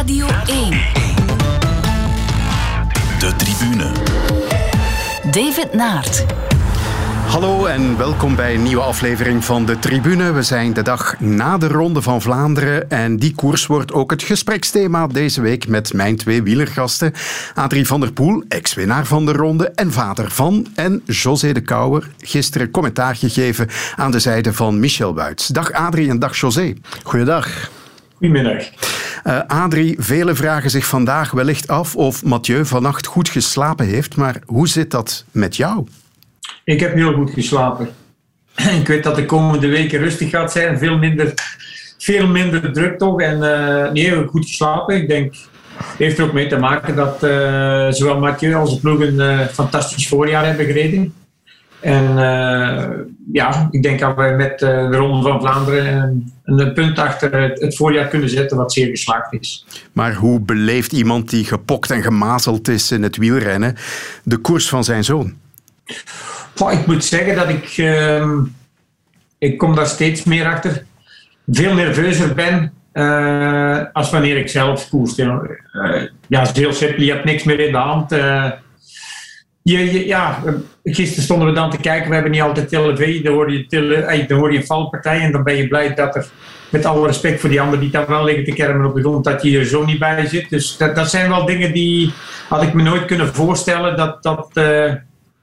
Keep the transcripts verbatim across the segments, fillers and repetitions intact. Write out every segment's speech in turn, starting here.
Radio één. De Tribune. David Naert. Hallo en welkom bij een nieuwe aflevering van De Tribune. We zijn de dag na de Ronde van Vlaanderen en die koers wordt ook het gespreksthema deze week met mijn twee wielergasten. Adrie van der Poel, ex-winnaar van de Ronde en vader van, en José de Kouwer, gisteren commentaar gegeven aan de zijde van Michel Wuits. Dag Adrie en dag José. Goeiedag. Goedemiddag. Uh, Adrie, velen vragen zich vandaag wellicht af of Mathieu vannacht goed geslapen heeft, maar hoe zit dat met jou? Ik heb heel goed geslapen. Ik weet dat de komende weken rustig gaat zijn. Veel minder, veel minder druk toch. En uh, nee, goed geslapen. Ik denk, het heeft er ook mee te maken dat uh, zowel Mathieu als de ploeg een uh, fantastisch voorjaar hebben gereden. En uh, ja, ik denk dat we met uh, de Ronde van Vlaanderen een, een punt achter het, het voorjaar kunnen zetten wat zeer geslaagd is. Maar hoe beleeft iemand die gepokt en gemazeld is in het wielrennen de koers van zijn zoon? Oh, ik moet zeggen dat ik, uh, ik kom daar steeds meer achter, veel nerveuzer ben uh, als wanneer ik zelf koers. Uh, ja, het is heel simpel, je hebt niks meer in de hand. Uh, je, je, ja, gisteren stonden we dan te kijken, we hebben niet altijd televisie, dan hoor je, tele, dan hoor je een valpartij en dan ben je blij dat er, met alle respect voor die anderen die daar wel liggen te kermen op de grond, dat je er zo niet bij zit. Dus dat, dat zijn wel dingen die had ik me nooit kunnen voorstellen dat dat... Uh,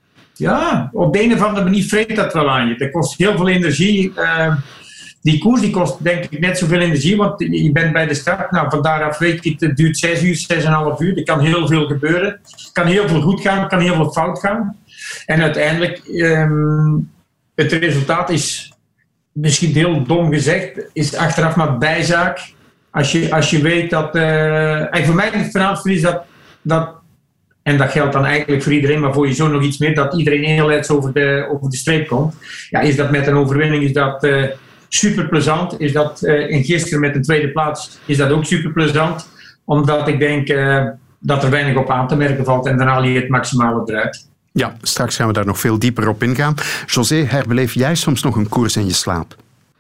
Ja, op de een of andere manier vreet dat wel aan je. Dat kost heel veel energie. Uh, die koers die kost denk ik net zoveel energie, want je bent bij de start. Nou, van daaraf weet je, het duurt zes uur, zes en een half uur. Er kan heel veel gebeuren. Het kan heel veel goed gaan, het kan heel veel fout gaan. En uiteindelijk, um, het resultaat is, misschien heel dom gezegd, is achteraf maar bijzaak. Als je, als je weet dat... Uh, en voor mij het verhaal is dat... dat en dat geldt dan eigenlijk voor iedereen, maar voor je zoon nog iets meer, dat iedereen heel over de, over de streep komt. Ja, is dat met een overwinning, is dat uh, super plezant. Is dat, uh, en gisteren met een tweede plaats, is dat ook super plezant. Omdat ik denk uh, dat er weinig op aan te merken valt en dan haal je het maximale eruit. Ja, straks gaan we daar nog veel dieper op ingaan. José, herbeleef jij soms nog een koers in je slaap?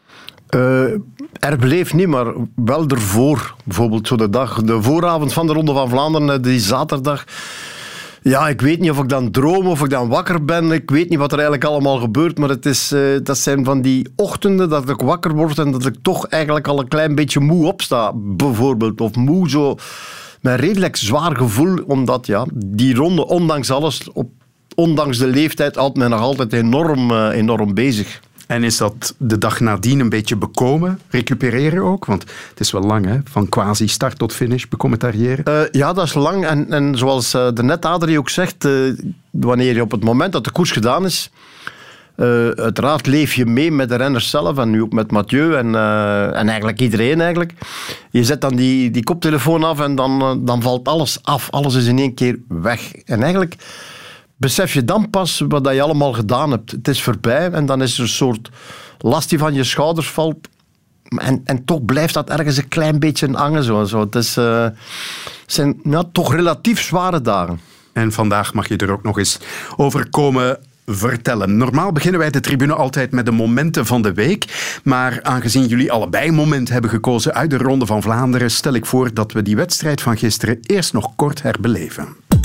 Uh, herbeleef niet, maar wel ervoor. Bijvoorbeeld zo de dag, de vooravond van de Ronde van Vlaanderen, die zaterdag. Ja, ik weet niet of ik dan droom, of ik dan wakker ben. Ik weet niet wat er eigenlijk allemaal gebeurt, maar het is, uh, dat zijn van die ochtenden dat ik wakker word en dat ik toch eigenlijk al een klein beetje moe opsta, bijvoorbeeld. Of moe zo, met een redelijk zwaar gevoel, omdat ja, die ronde, ondanks alles, op, ondanks de leeftijd, houdt mij nog altijd enorm, uh, enorm bezig. En is dat de dag nadien een beetje bekomen? Recupereren ook? Want het is wel lang, hè? Van quasi start tot finish becommentariëren. Uh, ja, dat is lang. En, en zoals uh, de net Adrie ook zegt, uh, wanneer je op het moment dat de koers gedaan is, uh, uiteraard leef je mee met de renners zelf en nu ook met Mathieu en, uh, en eigenlijk iedereen eigenlijk. Je zet dan die, die koptelefoon af en dan, uh, dan valt alles af. Alles is in één keer weg. En eigenlijk... besef je dan pas wat je allemaal gedaan hebt. Het is voorbij en dan is er een soort last die van je schouders valt. En, en toch blijft dat ergens een klein beetje hangen. Zo. Zo. Het is, uh, zijn ja, toch relatief zware dagen. En vandaag mag je er ook nog eens over komen vertellen. Normaal beginnen wij de tribune altijd met de momenten van de week. Maar aangezien jullie allebei een moment hebben gekozen uit de Ronde van Vlaanderen, stel ik voor dat we die wedstrijd van gisteren eerst nog kort herbeleven.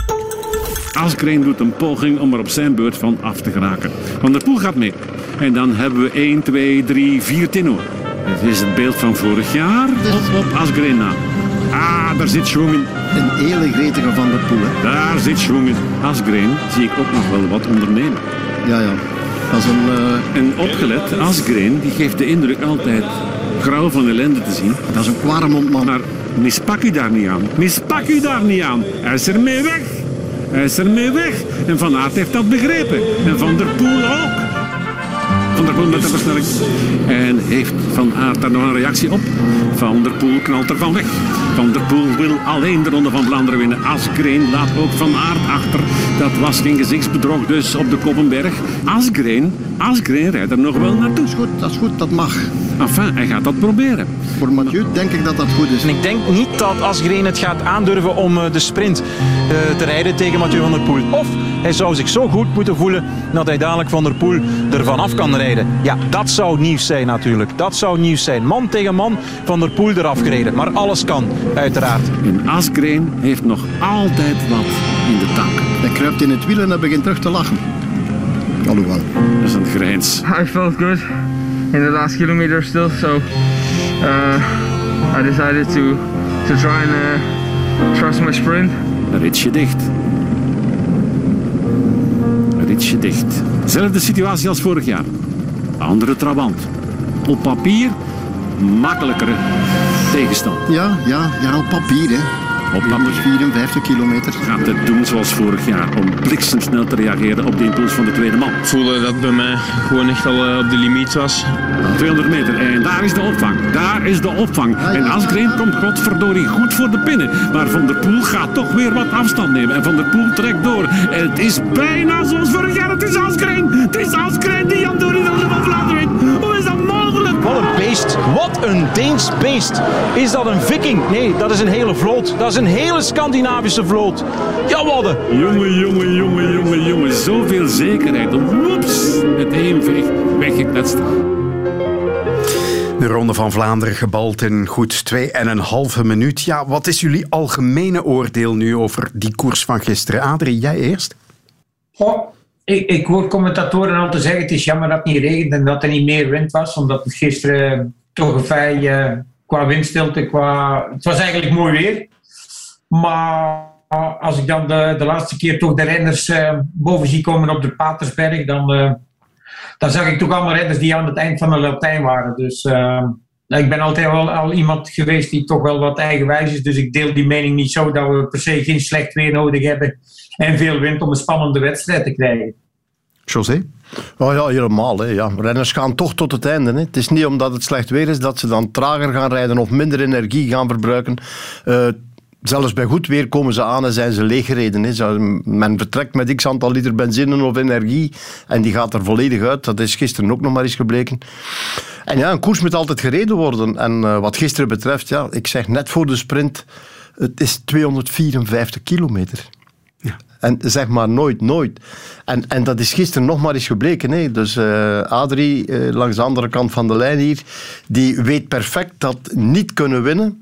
Asgreen doet een poging om er op zijn beurt van af te geraken. Van der Poel gaat mee. En dan hebben we één, twee, drie, vier Tinno. Dit is het beeld van vorig jaar. Op, op Asgreen na. Ah, daar zit Schwungen. Een hele gretige Van der Poel. Hè? Daar zit Schwungen. Asgreen zie ik ook nog wel wat ondernemen. Ja, ja. Dat is een... Uh... En opgelet, Asgreen die geeft de indruk altijd grauw van ellende te zien. Dat is een kwaremond man. Maar mispak u daar niet aan. Mispak u daar niet aan. Hij is ermee weg. Hij is ermee weg. En Van Aert heeft dat begrepen. En Van der Poel ook. Van der Poel met de versnelling. En heeft Van Aert daar nog een reactie op? Van der Poel knalt ervan weg. Van der Poel wil alleen de Ronde van Vlaanderen winnen. Asgreen laat ook Van Aert achter. Dat was geen gezichtsbedrog dus op de Koppenberg. Asgreen, Asgreen rijdt er nog wel naartoe. Dat is goed, dat is goed, dat mag. Enfin, hij gaat dat proberen. Voor Mathieu denk ik dat dat goed is. En ik denk niet dat Asgreen het gaat aandurven om de sprint uh, te rijden tegen Mathieu van der Poel. Of Hij zou zich zo goed moeten voelen dat hij dadelijk Van der Poel ervan af kan rijden. Ja, dat zou nieuws zijn natuurlijk. Dat zou nieuws zijn. Man tegen man, Van der Poel eraf gereden. Maar alles kan, uiteraard. En Asgreen heeft nog altijd wat in de tank. Hij kruipt in het wiel en hij begint terug te lachen. Alhoewel. Dat is een grijns. I felt good in the last kilometer still, so uh, I decided to, to try and uh, trust my sprint. Een ritsje dicht. Een ritsje dicht. Zelfde situatie als vorig jaar. Andere trabant. Op papier makkelijkere tegenstand. Ja, ja, ja, op papier, hè. Op papier. vierenvijftig kilometer. Gaat het doen zoals vorig jaar, om bliksemsnel te reageren op de impuls van de tweede man. Ik voelde dat het bij mij gewoon echt al uh, op de limiet was. tweehonderd meter en daar is de opvang. Daar is de opvang. En Asgreen komt godverdorie goed voor de pinnen. Maar Van der Poel gaat toch weer wat afstand nemen. En Van der Poel trekt door. En het is bijna zoals vorig jaar. Het is Asgreen. Het is Asgreen die Jan Dorie de Ronde van Vlaanderen wint. Hoe is dat mogelijk? Wat een beest. Wat een Deens beest. Is dat een viking? Nee, dat is een hele vloot. Dat is een hele Scandinavische vloot. Ja, wadden. Jongen, jongen, jongen, jongen, jongen. Zoveel zekerheid. Woeps. Het heenveeg. Weggekletst. De Ronde van Vlaanderen gebald in goed twee en een halve minuut. Ja, wat is jullie algemene oordeel nu over die koers van gisteren? Adrie, jij eerst? Oh, ik, ik hoor commentatoren al te zeggen, het is jammer dat het niet regent en dat er niet meer wind was, omdat het gisteren toch een vrij uh, qua windstilte, qua... Het was eigenlijk mooi weer. Maar als ik dan de, de laatste keer toch de renners uh, boven zie komen op de Patersberg, dan, uh, dan zag ik toch allemaal renners die aan het eind van de Latijn waren. Dus uh, ik ben altijd wel al iemand geweest die toch wel wat eigenwijs is. Dus ik deel die mening niet zo dat we per se geen slecht weer nodig hebben en veel wind om een spannende wedstrijd te krijgen. José? Oh ja, helemaal. Hè. Ja. Renners gaan toch tot het einde. Hè. Het is niet omdat het slecht weer is dat ze dan trager gaan rijden of minder energie gaan verbruiken. Uh, Zelfs bij goed weer komen ze aan en zijn ze leeggereden. Hè. Men vertrekt met x aantal liter benzine of energie en die gaat er volledig uit. Dat is gisteren ook nog maar eens gebleken. En ja, een koers moet altijd gereden worden. En uh, wat gisteren betreft, ja, ik zeg net voor de sprint, het is tweehonderdvierenvijftig kilometer. Ja. En zeg maar nooit, nooit. En, en dat is gisteren nog maar eens gebleken. Hè. Dus uh, Adrie, uh, langs de andere kant van de lijn hier, die weet perfect dat niet kunnen winnen,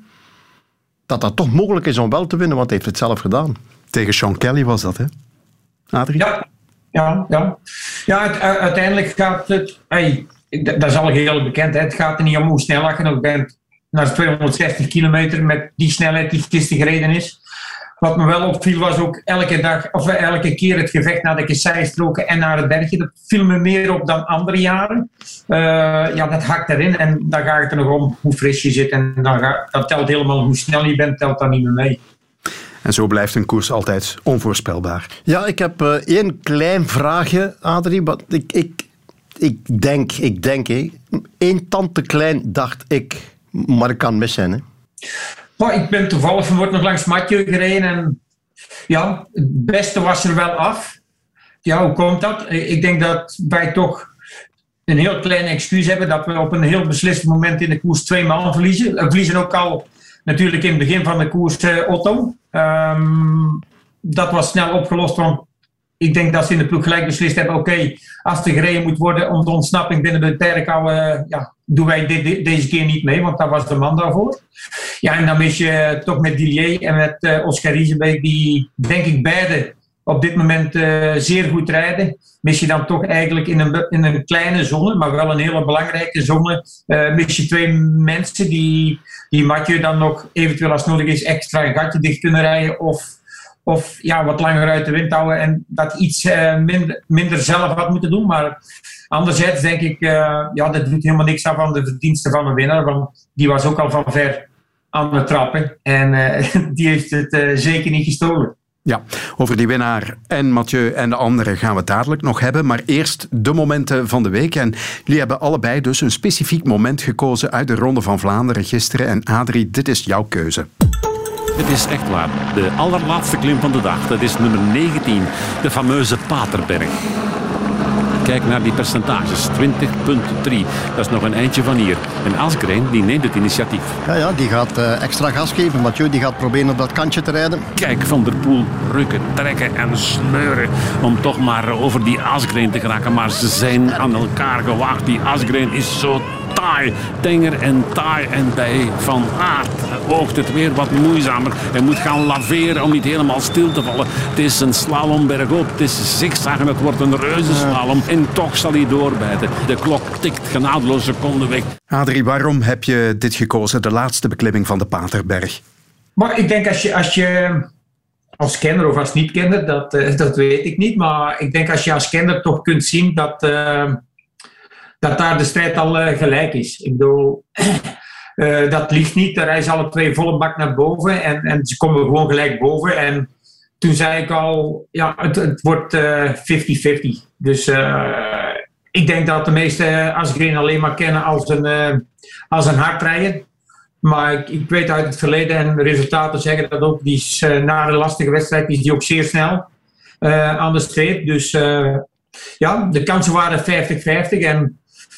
dat dat toch mogelijk is om wel te winnen, want hij heeft het zelf gedaan. Tegen Sean Kelly was dat, hè? Adrie? Ja, ja, ja. ja het, uiteindelijk gaat het... Hey, dat is al heel bekend. Hè. Het gaat er niet om hoe snel je nog bent naar tweehonderdzestig kilometer met die snelheid die gisteren gereden is. Wat me wel opviel was ook elke dag, of elke keer het gevecht naar de kasseistroken en naar het bergje. Dat viel me meer op dan andere jaren. Uh, ja, dat hakt erin en dan gaat het er nog om hoe fris je zit. En dan gaat, dat telt helemaal hoe snel je bent, telt dat niet meer mee. En zo blijft een koers altijd onvoorspelbaar. Ja, ik heb uh, één klein vraagje, Adrie. Wat ik, ik, ik denk, ik denk, hé. Eén tand te klein, dacht ik. Maar ik kan mis zijn, hè. Oh, ik ben toevallig vanmorgen nog langs Mathieu gereden en ja, het beste was er wel af. Ja, hoe komt dat? Ik denk dat wij toch een heel klein excuus hebben dat we op een heel beslist moment in de koers twee man verliezen. We verliezen ook al natuurlijk in het begin van de koers uh, Otto. Um, dat was snel opgelost, want ik denk dat ze in de ploeg gelijk beslist hebben, oké, okay, als er gereden moet worden om de ontsnapping binnen de Terrekou, uh, ja, doen wij de, de, deze keer niet mee, want daar was de man daarvoor. Ja, en dan mis je toch met Dillier en met uh, Oscar Riesenbeek, die denk ik beide op dit moment uh, zeer goed rijden. Mis je dan toch eigenlijk in een, in een kleine zone, maar wel een hele belangrijke zone, uh, mis je twee mensen die, die Mathieu dan nog eventueel als nodig is extra een gatje dicht kunnen rijden of, of ja, wat langer uit de wind houden en dat iets uh, minder, minder zelf had moeten doen. Maar anderzijds denk ik, uh, ja, dat doet helemaal niks af aan de verdiensten van de winnaar, want die was ook al van ver aan het trappen en uh, die heeft het uh, zeker niet gestolen. Ja, over die winnaar en Mathieu en de anderen gaan we het dadelijk nog hebben. Maar eerst de momenten van de week. En jullie hebben allebei dus een specifiek moment gekozen uit de Ronde van Vlaanderen gisteren. En Adrie, dit is jouw keuze. Het is echt waar. De allerlaatste klim van de dag. Dat is nummer negentien. De fameuze Paterberg. Kijk naar die percentages. twintig komma drie. Dat is nog een eindje van hier. En Asgreen, die neemt het initiatief. Ja, ja, die gaat uh, extra gas geven. Mathieu die gaat proberen op dat kantje te rijden. Kijk, Van der Poel rukken, trekken en sleuren om toch maar over die Asgreen te geraken. Maar ze zijn aan elkaar gewaagd. Die Asgreen is zo taai, tenger en taai. En bij Van Aert oogt het weer wat moeizamer. Hij moet gaan laveren om niet helemaal stil te vallen. Het is een slalom bergop. Het is zigzaggen. Het wordt een reuzenslalom. En toch zal hij doorbijten. De klok tikt genadeloos seconden weg. Adrie, waarom heb je dit gekozen? De laatste beklimming van de Paterberg. Maar ik denk als je... Als je Als kenner of als niet-kenner, dat, uh, dat weet ik niet. Maar ik denk als je als kenner toch kunt zien dat, uh, dat daar de strijd al uh, gelijk is. Ik bedoel, uh, dat ligt niet. Daar rijden ze alle twee volle bak naar boven en, en ze komen gewoon gelijk boven. En toen zei ik al, ja, het, het wordt uh, vijftig vijftig. Dus uh, ik denk dat de meeste Asgreen alleen maar kennen als een, uh, als een hardrijder. Maar ik, ik weet uit het verleden en de resultaten zeggen dat ook. Die is, uh, na de lastige wedstrijd is die ook zeer snel uh, aan de streep. Dus uh, ja, de kansen waren vijftig vijftig. En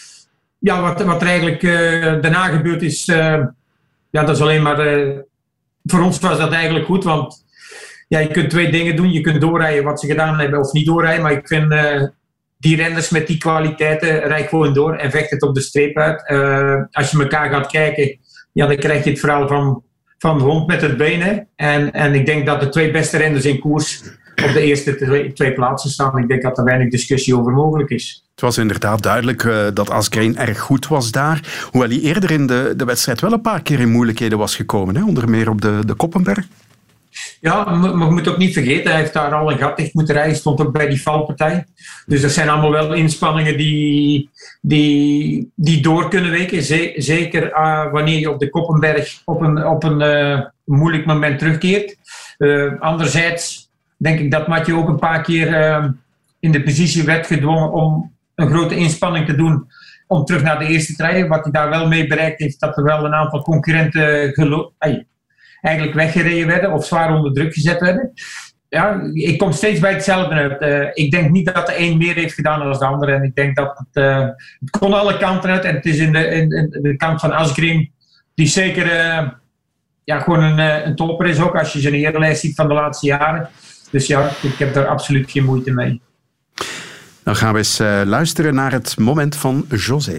ja, wat, wat er eigenlijk uh, daarna gebeurd is, uh, ja, dat is alleen maar... Uh, voor ons was dat eigenlijk goed, want ja, je kunt twee dingen doen. Je kunt doorrijden wat ze gedaan hebben of niet doorrijden. Maar ik vind uh, die renners met die kwaliteiten rijden gewoon door en vecht het op de streep uit. Uh, als je elkaar gaat kijken... Ja, dan krijg je het verhaal van, van de hond met het been. En, en ik denk dat de twee beste renners in koers op de eerste twee, twee plaatsen staan. Ik denk dat er weinig discussie over mogelijk is. Het was inderdaad duidelijk uh, dat Asgreen erg goed was daar. Hoewel hij eerder in de, de wedstrijd wel een paar keer in moeilijkheden was gekomen. Hè? Onder meer op de, de Koppenberg. Ja, maar je moet ook niet vergeten, hij heeft daar al een gat dicht moeten rijden. Stond ook bij die valpartij. Dus dat zijn allemaal wel inspanningen die, die, die door kunnen weken. Zeker uh, wanneer je op de Koppenberg op een, op een uh, moeilijk moment terugkeert. Uh, anderzijds denk ik dat Mathieu ook een paar keer uh, in de positie werd gedwongen om een grote inspanning te doen om terug naar de eerste te rijden. Wat hij daar wel mee bereikt heeft, dat er wel een aantal concurrenten gelo- ay, eigenlijk weggereden werden of zwaar onder druk gezet werden. Ja, ik kom steeds bij hetzelfde uit. Uh, ik denk niet dat de een meer heeft gedaan dan de ander. En ik denk dat het, uh, het kon alle kanten uit. En het is in de, in, in de kant van Asgreen, die zeker uh, ja, gewoon een, uh, een topper is ook, als je zijn erenlijst ziet van de laatste jaren. Dus ja, ik heb daar absoluut geen moeite mee. Dan gaan we eens uh, luisteren naar het moment van José.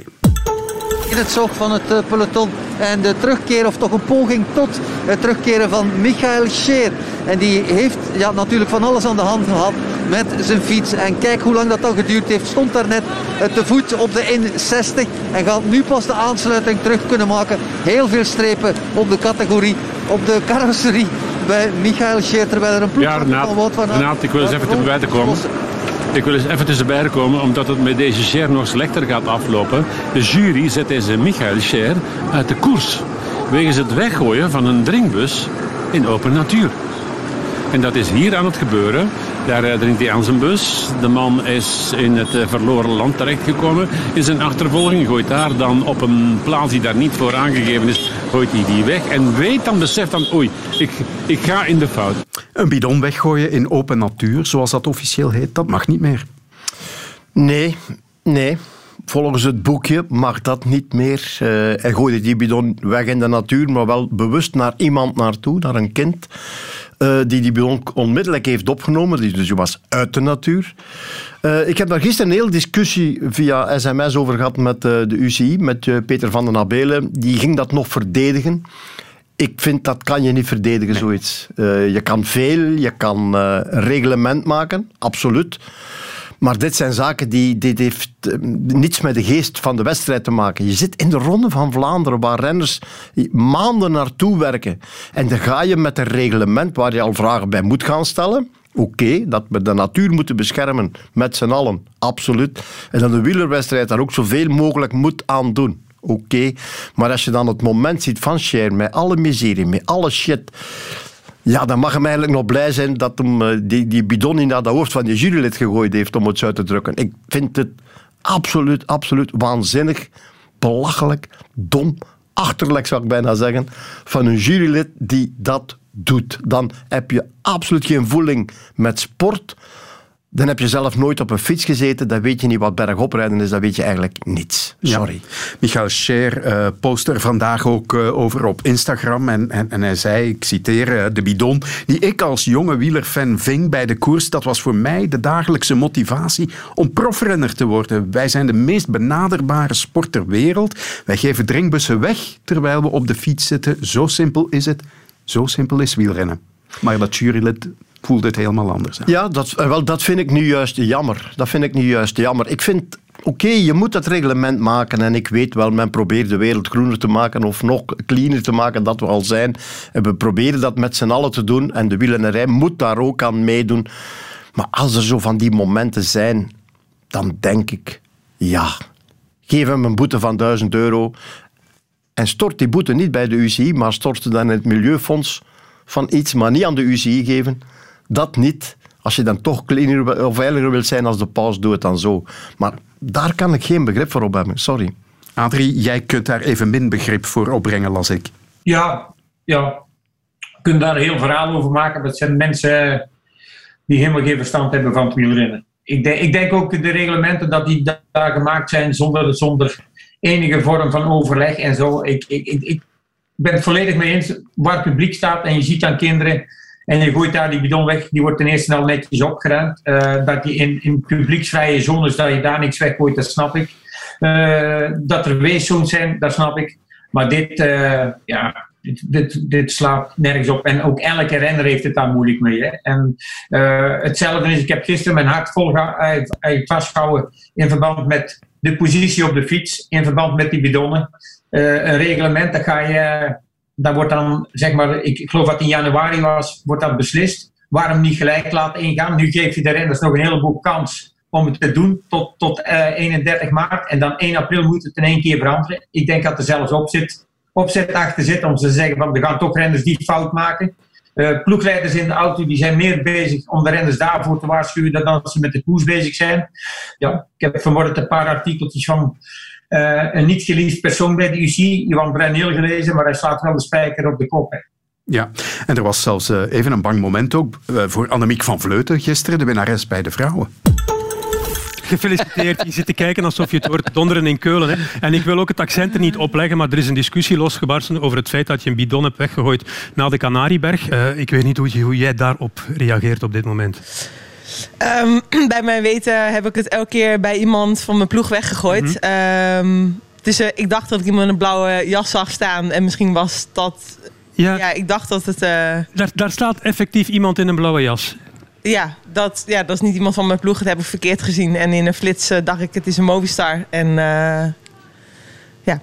In het zog van het uh, peloton en de terugkeer, of toch een poging tot het terugkeren van Michael Scheer. En die heeft ja, natuurlijk van alles aan de hand gehad met zijn fiets. En kijk hoe lang dat dan geduurd heeft. Stond daar net uh, te voet op de N zestig en gaat nu pas de aansluiting terug kunnen maken. Heel veel strepen op de categorie, op de carrosserie bij Michael Scheer. Terwijl er een ploeg ja, Renaat, van Wout van Aert... Renaat, ik wil eens even erbij te komen. Ik wil eens even tussenbij komen, omdat het met deze Scheer nog slechter gaat aflopen. De jury zet deze Michael Scheer uit de koers. Wegens het weggooien van een drinkbus in open natuur. En dat is hier aan het gebeuren. Daar drinkt hij aan zijn bus. De man is in het verloren land terechtgekomen. In zijn achtervolging gooit daar dan op een plaats die daar niet voor aangegeven is, gooit hij die weg. En weet dan, beseft dan, oei, ik, ik ga in de fout. Een bidon weggooien in open natuur, zoals dat officieel heet, dat mag niet meer. Nee, nee. Volgens het boekje mag dat niet meer. Uh, hij gooide die bidon weg in de natuur, maar wel bewust naar iemand naartoe, naar een kind, uh, die die bidon onmiddellijk heeft opgenomen. Dus die was uit de natuur. Uh, ik heb daar gisteren een hele discussie via sms over gehad met uh, de U C I, met uh, Peter van den Abelen. Die ging dat nog verdedigen. Ik vind dat kan je niet verdedigen, nee. Zoiets. Uh, je kan veel, je kan uh, een reglement maken, absoluut. Maar dit zijn zaken die dit heeft uh, niets met de geest van de wedstrijd te maken. Je zit in de Ronde van Vlaanderen, waar renners maanden naartoe werken. En dan ga je met een reglement waar je al vragen bij moet gaan stellen. Oké, okay, dat we de natuur moeten beschermen, met z'n allen, absoluut. En dat de wielerwedstrijd daar ook zoveel mogelijk moet aan doen. Oké, okay. Maar als je dan het moment ziet van Scheer, met alle miserie, met alle shit, ja, dan mag hem eigenlijk nog blij zijn dat hem die, die bidon in dat hoofd van die jurylid gegooid heeft, om het zo uit te drukken. Ik vind het absoluut, absoluut waanzinnig, belachelijk, dom, achterlijk zou ik bijna zeggen, van een jurylid die dat doet. Dan heb je absoluut geen voeling met sport. dan heb je zelf nooit op een fiets gezeten, dan weet je niet wat bergoprijden is, dan weet je eigenlijk niets. Sorry. Ja. Michael Scher uh, post er vandaag ook uh, over op Instagram en, en, en hij zei, ik citeer, uh, de bidon die ik als jonge wielerfan ving bij de koers, dat was voor mij de dagelijkse motivatie om profrenner te worden. Wij zijn de meest benaderbare sport ter wereld. Wij geven drinkbussen weg terwijl we op de fiets zitten. Zo simpel is het. Zo simpel is wielrennen. Maar dat jurylid voelt het helemaal anders. Hè? Ja, dat, wel, dat vind ik nu juist jammer. Dat vind ik nu juist jammer. Ik vind, oké, okay, je moet dat reglement maken en ik weet wel, men probeert de wereld groener te maken of nog cleaner te maken dat we al zijn. En we proberen dat met z'n allen te doen en de wielrennerij moet daar ook aan meedoen. Maar als er zo van die momenten zijn, dan denk ik, ja, geef hem een boete van duizend euro en stort die boete niet bij de U C I, maar stort ze dan in het Milieufonds van iets, maar niet aan de U C I geven. Dat niet. Als je dan toch cleaner of veiliger wilt zijn als de paus, doe het dan zo. Maar daar kan ik geen begrip voor op hebben. Sorry. Adrie, jij kunt daar even min begrip voor opbrengen, las ik. Ja, ja. Je kunt daar een heel verhaal over maken. Dat zijn mensen die helemaal geen verstand hebben van het wielrennen. Ik denk, ik denk ook de reglementen dat die daar gemaakt zijn zonder, zonder enige vorm van overleg en zo. Ik, ik, ik, ik ben het volledig mee eens. Waar het publiek staat en je ziet aan kinderen en je gooit daar die bidon weg, die wordt ten eerste al netjes opgeruimd. Uh, dat je in, in publieksvrije zones, dat je daar niks weggooit, dat snap ik. Uh, dat er weeszones zijn, dat snap ik. Maar dit, uh, ja, dit, dit, dit slaat nergens op. En ook elke renner heeft het daar moeilijk mee. Hè. En uh, hetzelfde is, ik heb gisteren mijn hart vol vastgehouden in verband met de positie op de fiets, in verband met die bidonnen. Uh, een reglement, dat ga je... Dat wordt dan, zeg maar, ik, ik geloof dat in januari was, wordt dat beslist. Waarom niet gelijk laten ingaan? Nu geef je de renners nog een heleboel kans om het te doen tot, tot uh, eenendertig maart. En dan één april moet het in één keer veranderen. Ik denk dat er zelfs opzet, opzet achter zit om te zeggen van, we gaan toch renners die fout maken. Uh, ploegleiders in de auto die zijn meer bezig om de renners daarvoor te waarschuwen dan dat ze met de koers bezig zijn. Ja, ik heb vanmorgen een paar artikeltjes van Uh, een niet geliefd persoon bij de U C I, Johan Brenneel, gelezen, maar hij slaat wel de spijker op de kop. Hè. Ja, en er was zelfs uh, even een bang moment ook uh, voor Annemiek van Vleuten gisteren, de winnares bij de vrouwen. Gefeliciteerd. Je zit te kijken alsof je het hoort donderen in Keulen. Hè. En ik wil ook het accent er niet opleggen, maar er is een discussie losgebarsten over het feit dat je een bidon hebt weggegooid naar de Canarieberg. Uh, ik weet niet hoe, hoe jij daarop reageert op dit moment. Um, bij mijn weten heb ik het elke keer bij iemand van mijn ploeg weggegooid. Mm-hmm. Um, dus uh, ik dacht dat ik iemand in een blauwe jas zag staan. En misschien was dat... Ja, ja ik dacht dat het... Uh... Daar, daar staat effectief iemand in een blauwe jas. Ja dat, ja, dat is niet iemand van mijn ploeg. Dat heb ik verkeerd gezien. En in een flits uh, dacht ik, het is een Movistar. En uh, ja...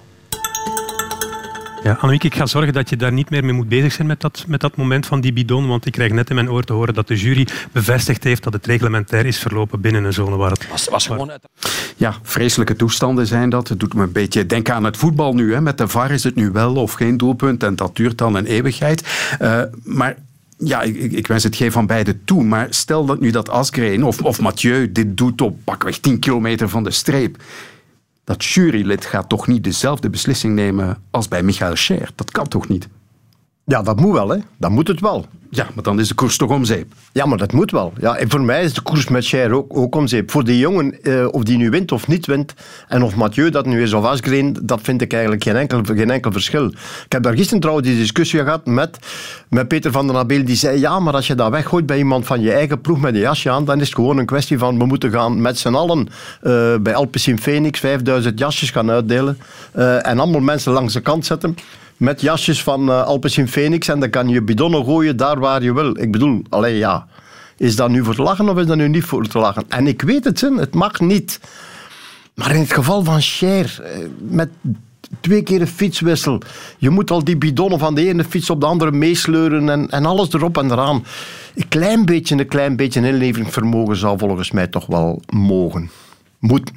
Ja, Annemiek, ik ga zorgen dat je daar niet meer mee moet bezig zijn met dat, met dat moment van die bidon, want ik krijg net in mijn oor te horen dat de jury bevestigd heeft dat het reglementair is verlopen binnen een zone waar het was. was gewoon uit... Ja, vreselijke toestanden zijn dat. Het doet me een beetje denken aan het voetbal nu. Hè. Met de V A R is het nu wel of geen doelpunt en dat duurt dan een eeuwigheid. Uh, maar... Ja, ik, ik wens het geen van beide toe, maar stel dat nu dat Asgreen of, of Mathieu dit doet op pakweg tien kilometer van de streep. Dat jurylid gaat toch niet dezelfde beslissing nemen als bij Michael Scher? Dat kan toch niet? Ja, dat moet wel, hè. Dat moet het wel. Ja, maar dan is de koers toch om zeep? Ja, maar dat moet wel. Ja, en voor mij is de koers met Scher ook, ook om zeep. Voor die jongen, uh, of die nu wint of niet wint, en of Mathieu dat nu is of Asgreen, dat vind ik eigenlijk geen enkel, geen enkel verschil. Ik heb daar gisteren trouwens die discussie gehad met, met Peter van den Abel, die zei, ja, maar als je dat weggooit bij iemand van je eigen ploeg met een jasje aan, dan is het gewoon een kwestie van, we moeten gaan met z'n allen uh, bij Alpecin Phoenix vijfduizend jasjes gaan uitdelen uh, en allemaal mensen langs de kant zetten. Met jasjes van uh, Alpecin Phoenix en dan kan je bidonnen gooien daar waar je wil. Ik bedoel, allee, ja, is dat nu voor te lachen of is dat nu niet voor te lachen? En ik weet het, het mag niet. Maar in het geval van Scher, met twee keer een fietswissel, je moet al die bidonnen van de ene fiets op de andere meesleuren en, en alles erop en eraan. Een klein beetje, een klein beetje inlevingsvermogen zou volgens mij toch wel mogen. Moeten.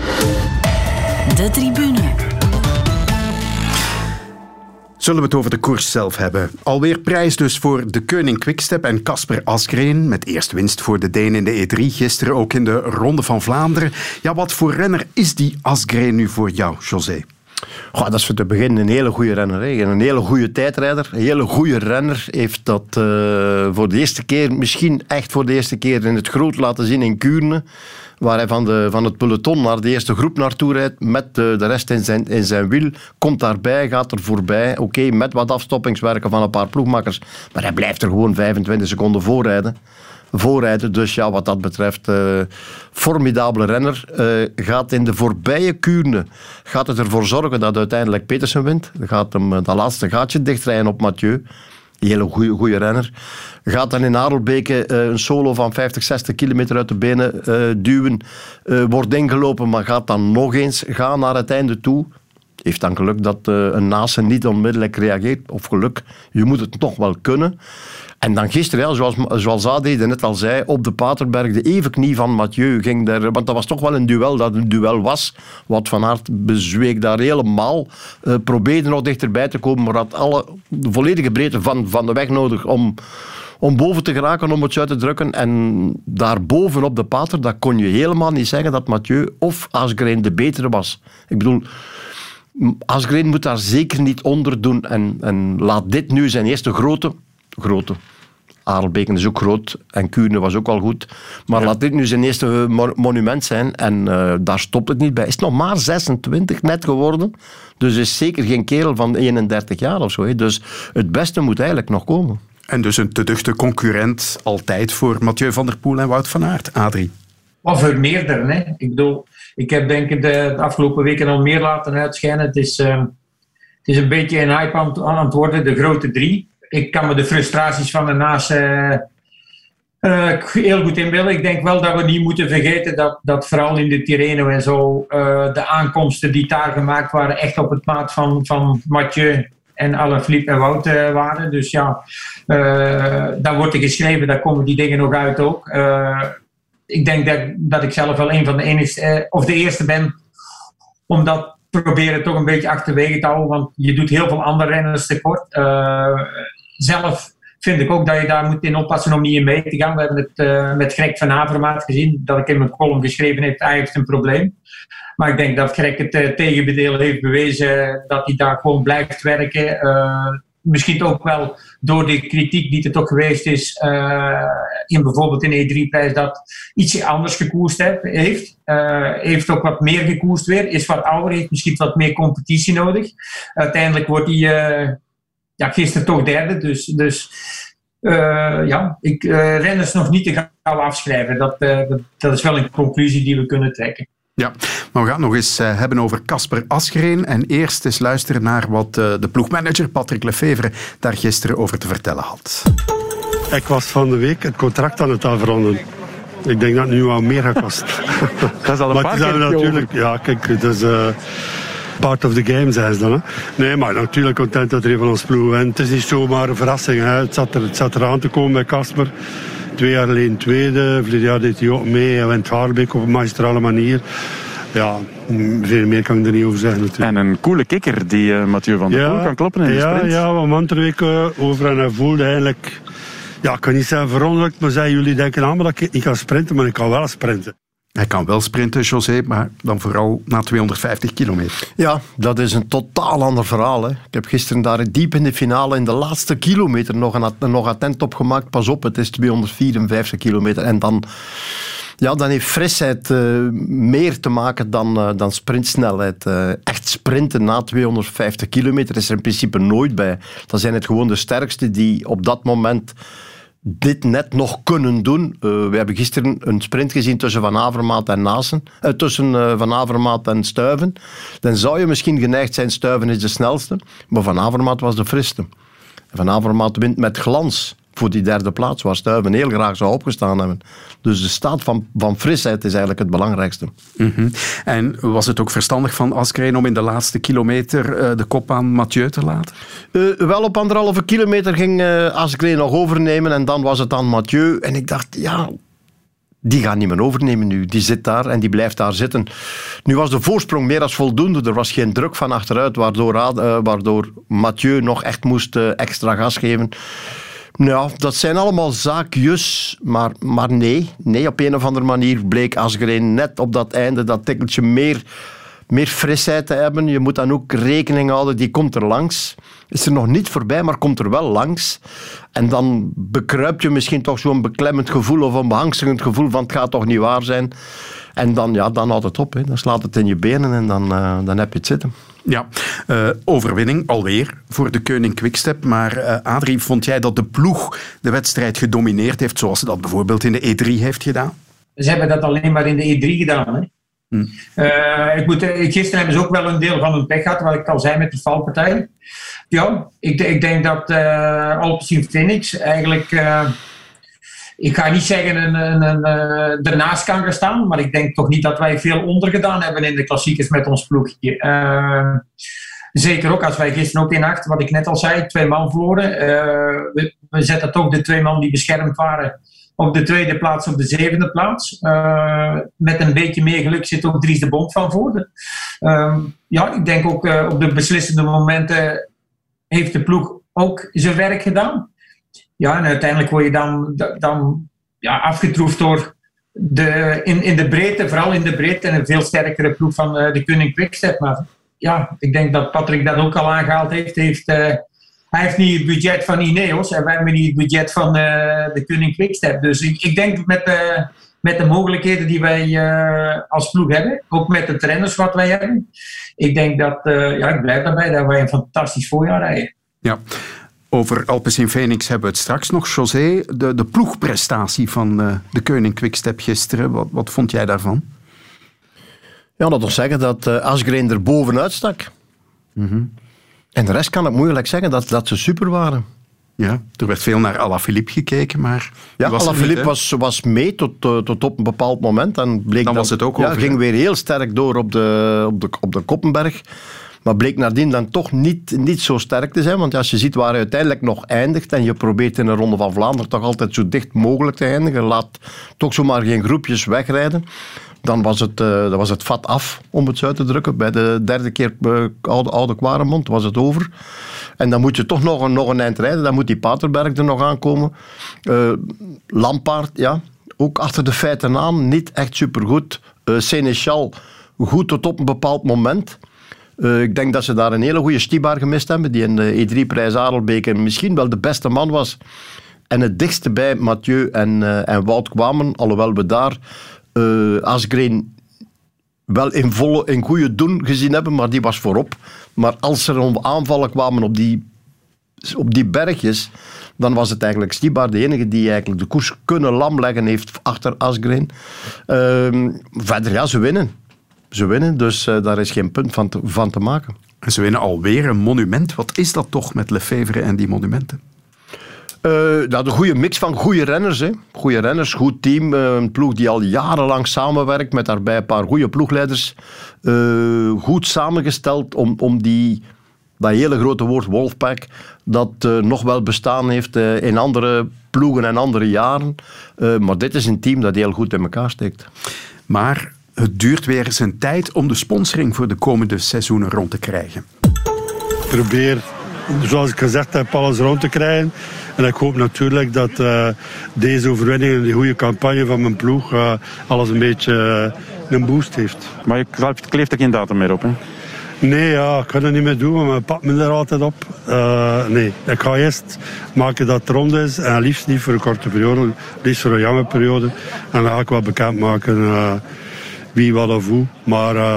De tribune. Zullen we het over de koers zelf hebben? Alweer prijs dus voor de Koning Quickstep en Kasper Asgreen. Met eerst winst voor de Deen in de E drie. Gisteren ook in de Ronde van Vlaanderen. Ja, wat voor renner is die Asgreen nu voor jou, José? Goh, dat is voor te beginnen een hele goede renner. Hè. Een hele goede tijdrijder. Een hele goede renner heeft dat uh, voor de eerste keer, misschien echt voor de eerste keer in het groot laten zien in Kuurne. Waar hij van, de, van het peloton naar de eerste groep naartoe rijdt. Met de, de rest in zijn, in zijn wiel. Komt daarbij, gaat er voorbij. Oké, okay, met wat afstoppingswerken van een paar ploegmakkers. Maar hij blijft er gewoon vijfentwintig seconden voorrijden. voorrijden. Dus ja, wat dat betreft, uh, formidabele renner. Uh, gaat in de voorbije Kuurne, gaat het ervoor zorgen dat uiteindelijk Petersen wint. Gaat hem uh, dat laatste gaatje dichtrijden op Mathieu. Een hele goede renner. Gaat dan in Adelbeke uh, een solo van vijftig, zestig kilometer uit de benen uh, duwen. Uh, wordt ingelopen, maar gaat dan nog eens gaan naar het einde toe. Heeft dan geluk dat uh, een Naassen niet onmiddellijk reageert. Of geluk, je moet het nog wel kunnen. En dan gisteren, ja, zoals, zoals Adrie net al zei, op de Paterberg, de evenknie van Mathieu ging daar, want dat was toch wel een duel dat een duel was. Wout van Aert bezweek daar helemaal, uh, probeerde nog dichterbij te komen, maar had alle, de volledige breedte van, van de weg nodig om, om boven te geraken, om het uit te drukken. En daarboven op de Pater, dat kon je helemaal niet zeggen dat Mathieu of Asgreen de betere was. Ik bedoel, Asgreen moet daar zeker niet onder doen en, en laat dit nu zijn eerste grote... grote. Adelbeken is ook groot en Kuurne was ook al goed. Maar ja. Laat dit nu zijn eerste monument zijn en uh, daar stopt het niet bij. Is nog maar zesentwintig net geworden. Dus is zeker geen kerel van eenendertig jaar of zo. He. Dus het beste moet eigenlijk nog komen. En dus een te duchte concurrent altijd voor Mathieu van der Poel en Wout van Aert. Adrie. Of voor meerdere. Hè? Ik bedoel, ik heb denk ik de, de afgelopen weken al meer laten uitschijnen. Het is, uh, het is een beetje een hype aan, aan het worden, de grote drie. Ik kan me de frustraties van de naast uh, uh, heel goed inbeelden. Ik denk wel dat we niet moeten vergeten dat, dat vooral in de Tirreno en zo uh, de aankomsten die daar gemaakt waren echt op het maat van, van Mathieu en Alaphilippe en Wout uh, waren. Dus ja, uh, daar wordt er geschreven, daar komen die dingen nog uit ook. Uh, ik denk dat, dat ik zelf wel een van de enigste, uh, of de eerste ben, omdat proberen toch een beetje achterwege te houden, want je doet heel veel andere renners tekort. Uh, zelf vind ik ook dat je daar moet in oppassen om niet in mee te gaan. We hebben het uh, met Greg van Avermaat gezien, dat ik in mijn column geschreven heb, hij heeft een probleem. Maar ik denk dat Greg het uh, tegenbedeel heeft bewezen dat hij daar gewoon blijft werken. Uh, misschien ook wel door de kritiek die er toch geweest is uh, in bijvoorbeeld in de E drie prijs dat ietsje anders gekoerst heeft. Uh, heeft ook wat meer gekoerst weer. Is wat ouder, heeft misschien wat meer competitie nodig. Uiteindelijk wordt hij uh, ja, gisteren toch derde. Dus, dus uh, ja, ik, uh, renners nog niet te gauw afschrijven. Dat, uh, dat, dat is wel een conclusie die we kunnen trekken. Ja, maar we gaan het nog eens uh, hebben over Kasper Asgreen. En eerst eens luisteren naar wat uh, de ploegmanager Patrick Lefevere daar gisteren over te vertellen had. Ik was van de week het contract aan het afronden. Ik denk dat het nu wel meer gaat kosten. Dat is al een maar paar keer natuurlijk, over. ja, kijk, het is uh, part of the game, zei ze dan. Hè. Nee, maar natuurlijk content dat er een van ons ploeg wint. Het is niet zomaar een verrassing. Hè. Het, zat er, het zat eraan te komen bij Kasper. Twee jaar alleen tweede, vorig jaar deed hij ook mee. Hij wint Haarbeek op een magistrale manier. Ja, veel meer kan ik er niet over zeggen natuurlijk. En een coole kikker die uh, Mathieu van der ja, Poel kan kloppen in de ja, sprint. Ja, we manterweken over en hij voelde eigenlijk... Ja, ik kan niet zeggen verongelukt, maar zei jullie denken aan me dat ik niet kan sprinten, maar ik kan wel sprinten. Hij kan wel sprinten, José, maar dan vooral na tweehonderdvijftig kilometer. Ja, dat is een totaal ander verhaal. Hè. Ik heb gisteren daar diep in de finale, in de laatste kilometer, nog een nog attent op gemaakt. Pas op, het is tweehonderdvierenvijftig kilometer. En dan, ja, dan heeft frisheid uh, meer te maken dan, uh, dan sprintsnelheid. Uh, echt sprinten na tweehonderdvijftig kilometer is er in principe nooit bij. Dan zijn het gewoon de sterkste die op dat moment... dit net nog kunnen doen. Uh, we hebben gisteren een sprint gezien tussen Van Avermaat en Naassen. Uh, tussen uh, Van Avermaat en Stuyven. Dan zou je misschien geneigd zijn, Stuyven is de snelste. Maar Van Avermaat was de friste. Van Avermaat wint met glans voor die derde plaats, waar Stuyven heel graag zou opgestaan hebben. Dus de staat van, van frisheid is eigenlijk het belangrijkste. Mm-hmm. En was het ook verstandig van Asgreen om in de laatste kilometer uh, de kop aan Mathieu te laten? Uh, wel op anderhalve kilometer ging uh, Asgreen nog overnemen en dan was het aan Mathieu. En ik dacht, ja... die gaat niet meer overnemen nu. Die zit daar en die blijft daar zitten. Nu was de voorsprong meer dan voldoende. Er was geen druk van achteruit, waardoor, uh, waardoor Mathieu nog echt moest uh, extra gas geven. Nou, dat zijn allemaal zaakjes, maar, maar nee. Nee, op een of andere manier bleek Asgreen net op dat einde dat tikkeltje meer meer frisheid te hebben. Je moet dan ook rekening houden, die komt er langs. Is er nog niet voorbij, maar komt er wel langs. En dan bekruipt je misschien toch zo'n beklemmend gevoel of een beangstigend gevoel van het gaat toch niet waar zijn. En dan, ja, dan houdt het op. Hè. Dan slaat het in je benen en dan, uh, dan heb je het zitten. Ja, uh, overwinning alweer voor de Koning Quickstep. Maar uh, Adrie, vond jij dat de ploeg de wedstrijd gedomineerd heeft, zoals ze dat bijvoorbeeld in de E drie heeft gedaan? Ze hebben dat alleen maar in de E drie gedaan. Hè? Hmm. Uh, ik moet, gisteren hebben ze ook wel een deel van hun pech gehad, wat ik al zei met die valpartij. Ja, ik, ik denk dat uh, Alpecin Phoenix eigenlijk... Uh, Ik ga niet zeggen een, een, een, een, ernaast kan gaan staan, maar ik denk toch niet dat wij veel ondergedaan hebben in de klassiekers met ons ploegje. Uh, zeker ook als wij gisteren ook in acht, wat ik net al zei, twee man verloren. Uh, we, we zetten toch de twee man die beschermd waren op de tweede plaats, op de zevende plaats. Uh, met een beetje meer geluk zit ook Dries de Bond van voor. Uh, ja, ik denk ook uh, op de beslissende momenten heeft de ploeg ook zijn werk gedaan. Ja, en uiteindelijk word je dan, dan ja, afgetroefd door de, in, in de breedte, vooral in de breedte, en een veel sterkere ploeg van uh, de Koning Quickstep. Maar ja, ik denk dat Patrick dat ook al aangehaald heeft. heeft uh, hij heeft niet het budget van Ineos en wij hebben niet het budget van uh, de Koning Quickstep. Dus ik, ik denk met, uh, met de mogelijkheden die wij uh, als ploeg hebben, ook met de trainers wat wij hebben, ik denk dat, uh, ja, ik blijf daarbij, dat wij een fantastisch voorjaar rijden. Ja. Over Alpecin Phoenix hebben we het straks nog. José, de, de ploegprestatie van uh, de Koning Quickstep gisteren, wat, wat vond jij daarvan? Ja, dat wil zeggen dat uh, Asgreen er bovenuit stak. Mm-hmm. En de rest kan ik moeilijk zeggen dat, dat ze super waren. Ja, er werd veel naar Alaphilippe gekeken, maar... Ja, Alaphilippe was, was mee tot, uh, tot op een bepaald moment. En bleek dan dat, was het ook ja, over. ging weer heel sterk door op de, op de, op de Koppenberg. Maar bleek nadien dan toch niet, niet zo sterk te zijn. Want als je ziet waar hij uiteindelijk nog eindigt en je probeert in de Ronde van Vlaanderen toch altijd zo dicht mogelijk te eindigen, laat toch zomaar geen groepjes wegrijden, dan was het, uh, dan was het vat af, om het zo uit te drukken. Bij de derde keer uh, oude, oude Kwaremond was het over. En dan moet je toch nog een, nog een eind rijden. Dan moet die Paterberg er nog aankomen. Uh, Lampaard, ja, ook achter de feiten aan, niet echt supergoed. Uh, Sénéchal, goed tot op een bepaald moment. Uh, ik denk dat ze daar een hele goede stibar gemist hebben, die in de E drie-prijs Adelbeek misschien wel de beste man was. En het dichtste bij Mathieu en, uh, en Wout kwamen, alhoewel we daar uh, Asgreen wel in volle, in goede doen gezien hebben, maar die was voorop. Maar als er aanvallen kwamen op die, op die bergjes, dan was het eigenlijk Stibar de enige die eigenlijk de koers kunnen lamleggen heeft achter Asgreen. Uh, verder, ja, ze winnen. Ze winnen, dus uh, daar is geen punt van te, van te maken. En ze winnen alweer een monument. Wat is dat toch met Lefevre en die monumenten? Uh, nou, de goede mix van goede renners. Hè. Goede renners, goed team. Uh, een ploeg die al jarenlang samenwerkt met daarbij een paar goede ploegleiders. Uh, goed samengesteld om, om die, dat hele grote woord Wolfpack, dat uh, nog wel bestaan heeft uh, in andere ploegen en andere jaren. Uh, maar dit is een team dat heel goed in elkaar steekt. Maar het duurt weer zijn tijd om de sponsoring voor de komende seizoenen rond te krijgen. Probeer, zoals ik gezegd heb, alles rond te krijgen. En ik hoop natuurlijk dat uh, deze overwinning en die goede campagne van mijn ploeg uh, alles een beetje uh, een boost heeft. Maar je kleeft er geen datum meer op, hè? Nee, ja, ik kan dat niet meer doen, maar mijn pakt me er altijd op. Uh, nee, ik ga eerst maken dat het rond is. En liefst niet voor een korte periode, liefst voor een lange periode. En dan ga ik wel bekendmaken uh, wie, wat of hoe. Maar uh,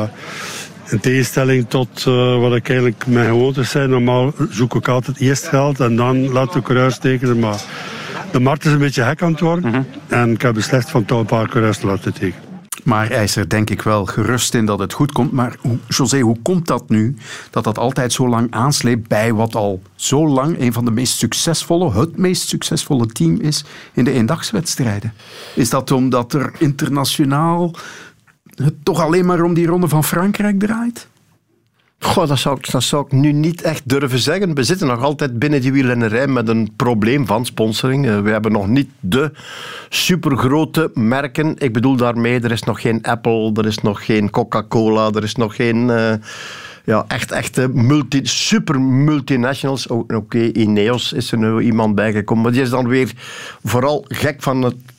in tegenstelling tot uh, wat ik eigenlijk mijn gewoontes zijn, normaal zoek ik altijd eerst geld en dan laat de coureurs tekenen. Maar de markt is een beetje gek aan het worden. Mm-hmm. En ik heb beslist van toch een paar coureurs te laten tekenen. Maar hij is er denk ik wel gerust in dat het goed komt. Maar José, hoe komt dat nu? Dat dat altijd zo lang aansleept bij wat al zo lang een van de meest succesvolle, het meest succesvolle team is in de eendagswedstrijden. Is dat omdat er internationaal het toch alleen maar om die Ronde van Frankrijk draait? Goh, dat zou, ik, dat zou ik nu niet echt durven zeggen. We zitten nog altijd binnen die wielrennerij met een probleem van sponsoring. Uh, we hebben nog niet de supergrote merken. Ik bedoel daarmee, er is nog geen Apple, er is nog geen Coca-Cola, er is nog geen uh, ja, echt, echte multi, super multinationals. Oh, Oké, okay, Ineos is er nu iemand bijgekomen, maar die is dan weer vooral gek van het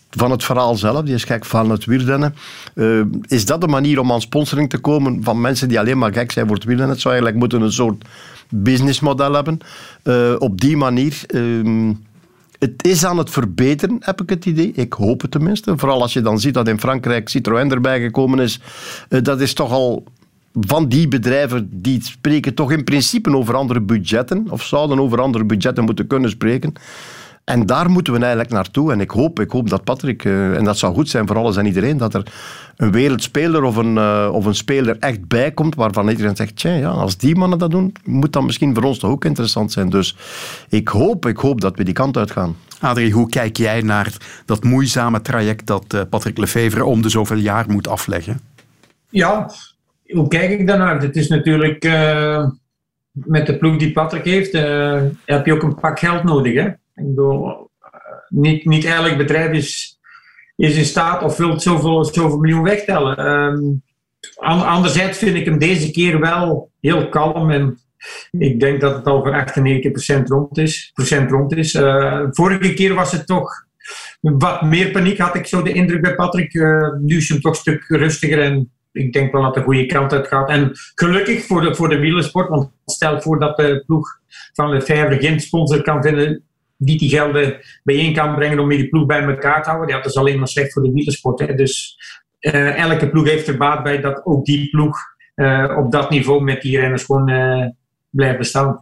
van het verhaal zelf, die is gek van het wielrennen. Uh, is dat de manier om aan sponsoring te komen van mensen die alleen maar gek zijn voor het wielrennen? Het zou eigenlijk moeten een soort businessmodel hebben. Uh, op die manier... Uh, Het is aan het verbeteren, heb ik het idee. Ik hoop het tenminste. Vooral als je dan ziet dat in Frankrijk Citroën erbij gekomen is. Uh, dat is toch al van die bedrijven die spreken toch in principe over andere budgetten. Of zouden over andere budgetten moeten kunnen spreken. En daar moeten we eigenlijk naartoe. En ik hoop, ik hoop dat Patrick, uh, en dat zou goed zijn voor alles en iedereen, dat er een wereldspeler of een, uh, of een speler echt bij komt waarvan iedereen zegt, tja, ja, als die mannen dat doen, moet dat misschien voor ons toch ook interessant zijn. Dus ik hoop, ik hoop dat we die kant uit gaan. Adrie, hoe kijk jij naar dat moeizame traject dat uh, Patrick Lefevere om de zoveel jaar moet afleggen? Ja, hoe kijk ik daarnaar? Het is natuurlijk... Uh, met de ploeg die Patrick heeft, uh, heb je ook een pak geld nodig, hè? Ik bedoel, niet, niet elk bedrijf is, is in staat of wil zoveel, zoveel miljoen wegtellen. Um, anderzijds vind ik hem deze keer wel heel kalm en ik denk dat het al voor achtennegentig procent rond is. Procent rond is. Uh, vorige keer was het toch wat meer paniek, had ik zo de indruk bij Patrick. Uh, nu is hem toch een stuk rustiger en ik denk wel dat de goede kant uit gaat. En gelukkig voor de, voor de wielersport, want stel voor dat de ploeg van Lefevere geen sponsor kan vinden die die gelden bijeen kan brengen om die ploeg bij elkaar te houden. Ja, dat is alleen maar slecht voor de wielersport. Hè. Dus uh, elke ploeg heeft er baat bij dat ook die ploeg uh, op dat niveau met die renners gewoon uh, blijft bestaan.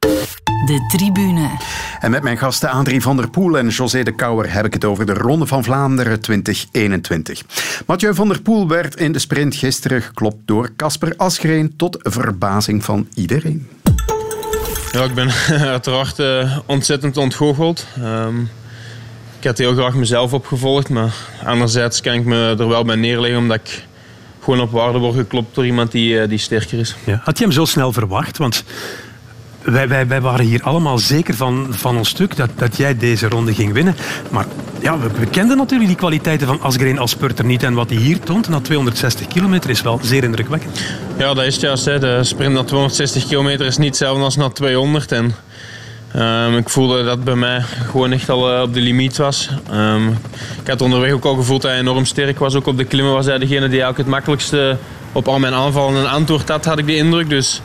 De tribune. En met mijn gasten Adrie van der Poel en José de Kouwer heb ik het over de Ronde van Vlaanderen twintig eenentwintig. Mathieu van der Poel werd in de sprint gisteren geklopt door Kasper Asgreen tot verbazing van iedereen. Ja, ik ben uiteraard uh, ontzettend ontgoocheld. Um, ik had heel graag mezelf opgevolgd, maar anderzijds kan ik me er wel bij neerleggen omdat ik gewoon op waarde word geklopt door iemand die, uh, die sterker is. Ja, had je hem zo snel verwacht? Want wij, wij, wij waren hier allemaal zeker van, van ons stuk dat, dat jij deze ronde ging winnen. Maar ja, we, we kenden natuurlijk die kwaliteiten van Asgreen als spurter niet. En wat hij hier toont na tweehonderdzestig kilometer is wel zeer indrukwekkend. Ja, dat is het juist. Hè. De sprint na tweehonderdzestig kilometer is niet hetzelfde als na tweehonderd. En, um, ik voelde dat het bij mij gewoon echt al uh, op de limiet was. Um, ik had onderweg ook al gevoeld dat hij enorm sterk was. Ook op de klimmen was hij degene die eigenlijk het makkelijkste op al mijn aanvallen een antwoord had, had ik de indruk. Dus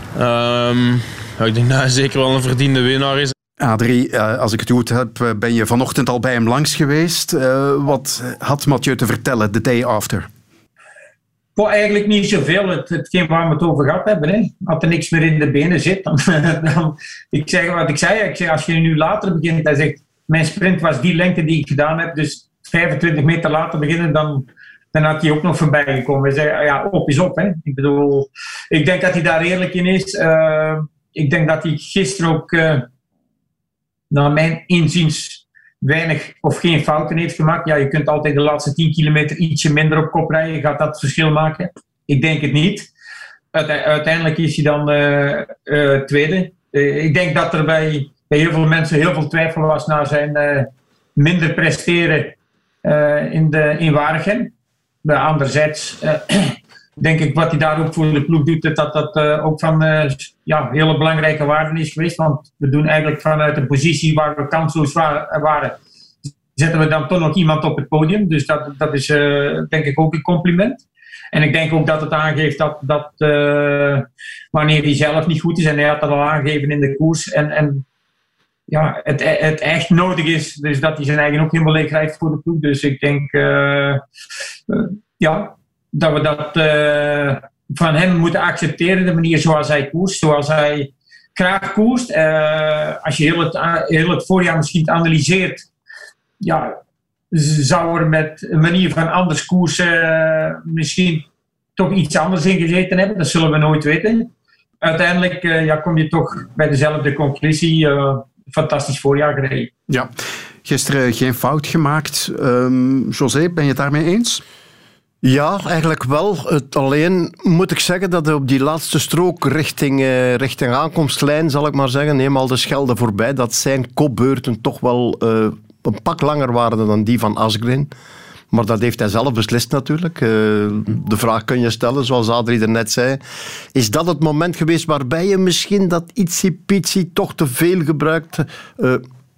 um, ja, ik denk dat hij zeker wel een verdiende winnaar is. Adrie, als ik het goed heb, ben je vanochtend al bij hem langs geweest. Uh, wat had Mathieu te vertellen the day after? Oh, eigenlijk niet zoveel. Het, hetgeen waar we het over gehad hebben. Hè. Als er niks meer in de benen zit, dan, dan... Ik zeg wat ik zei. Ik zeg, als je nu later begint, hij zegt, mijn sprint was die lengte die ik gedaan heb, dus vijfentwintig meter later beginnen, dan, dan had hij ook nog voorbij gekomen. Hij zei, ja, op is op. Hè. Ik bedoel, ik denk dat hij daar eerlijk in is. Uh, ik denk dat hij gisteren ook... Uh, naar mijn inziens weinig of geen fouten heeft gemaakt. Ja, je kunt altijd de laatste tien kilometer ietsje minder op kop rijden. Gaat dat het verschil maken? Ik denk het niet. Uiteindelijk is hij dan uh, uh, tweede. Uh, ik denk dat er bij, bij heel veel mensen heel veel twijfel was naar zijn uh, minder presteren uh, in, de, in Waregem. Maar anderzijds... Uh, denk ik wat hij daar ook voor de ploeg doet, dat dat uh, ook van uh, ja, hele belangrijke waarde is geweest. Want we doen eigenlijk vanuit een positie waar we kansloos waren, zetten we dan toch nog iemand op het podium. Dus dat, dat is uh, denk ik ook een compliment. En ik denk ook dat het aangeeft dat, dat uh, wanneer hij zelf niet goed is, en hij had dat al aangegeven in de koers, en, en ja, het, het echt nodig is, dus dat hij zijn eigen ook helemaal leeg rijdt voor de ploeg. Dus ik denk, uh, uh, ja... dat we dat uh, van hem moeten accepteren, de manier zoals hij koerst, zoals hij graag koerst. Uh, als je heel het, heel het voorjaar misschien analyseert, ja, zou er met een manier van anders koersen uh, misschien toch iets anders in gezeten hebben. Dat zullen we nooit weten. Uiteindelijk uh, ja, kom je toch bij dezelfde conclusie. Uh, fantastisch voorjaar gereden. Ja, gisteren geen fout gemaakt. Um, José, ben je het daarmee eens? Ja, eigenlijk wel. Het, alleen moet ik zeggen dat op die laatste strook richting, uh, richting aankomstlijn, zal ik maar zeggen, eenmaal de Schelde voorbij, dat zijn kopbeurten toch wel uh, een pak langer waren dan die van Asgreen. Maar dat heeft hij zelf beslist natuurlijk. Uh, de vraag kun je stellen, zoals Adrie er net zei. Is dat het moment geweest waarbij je misschien dat ietsie-pietsie toch te veel gebruikt? Uh,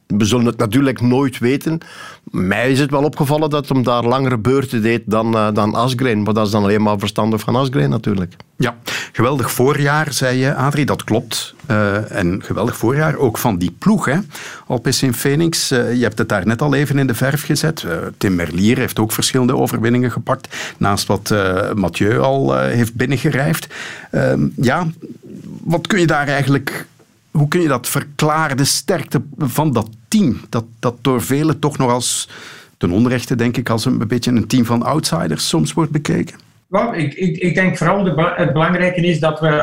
we zullen het natuurlijk nooit weten. Mij is het wel opgevallen dat hem daar langere beurten deed dan, uh, dan Asgreen. Maar dat is dan alleen maar verstandig van Asgreen natuurlijk. Ja, geweldig voorjaar, zei je, Adrie, dat klopt. Uh, en geweldig voorjaar ook van die ploeg, hè. Alpecin Phoenix, uh, je hebt het daar net al even in de verf gezet. Uh, Tim Merlier heeft ook verschillende overwinningen gepakt, naast wat uh, Mathieu al uh, heeft binnengerijfd. Uh, ja, wat kun je daar eigenlijk... Hoe kun je dat verklaren, de sterkte van dat team? Dat, dat door velen toch nog als, ten onrechte denk ik, als een, een beetje een team van outsiders soms wordt bekeken? Well, ik, ik, ik denk vooral de, het belangrijke is dat we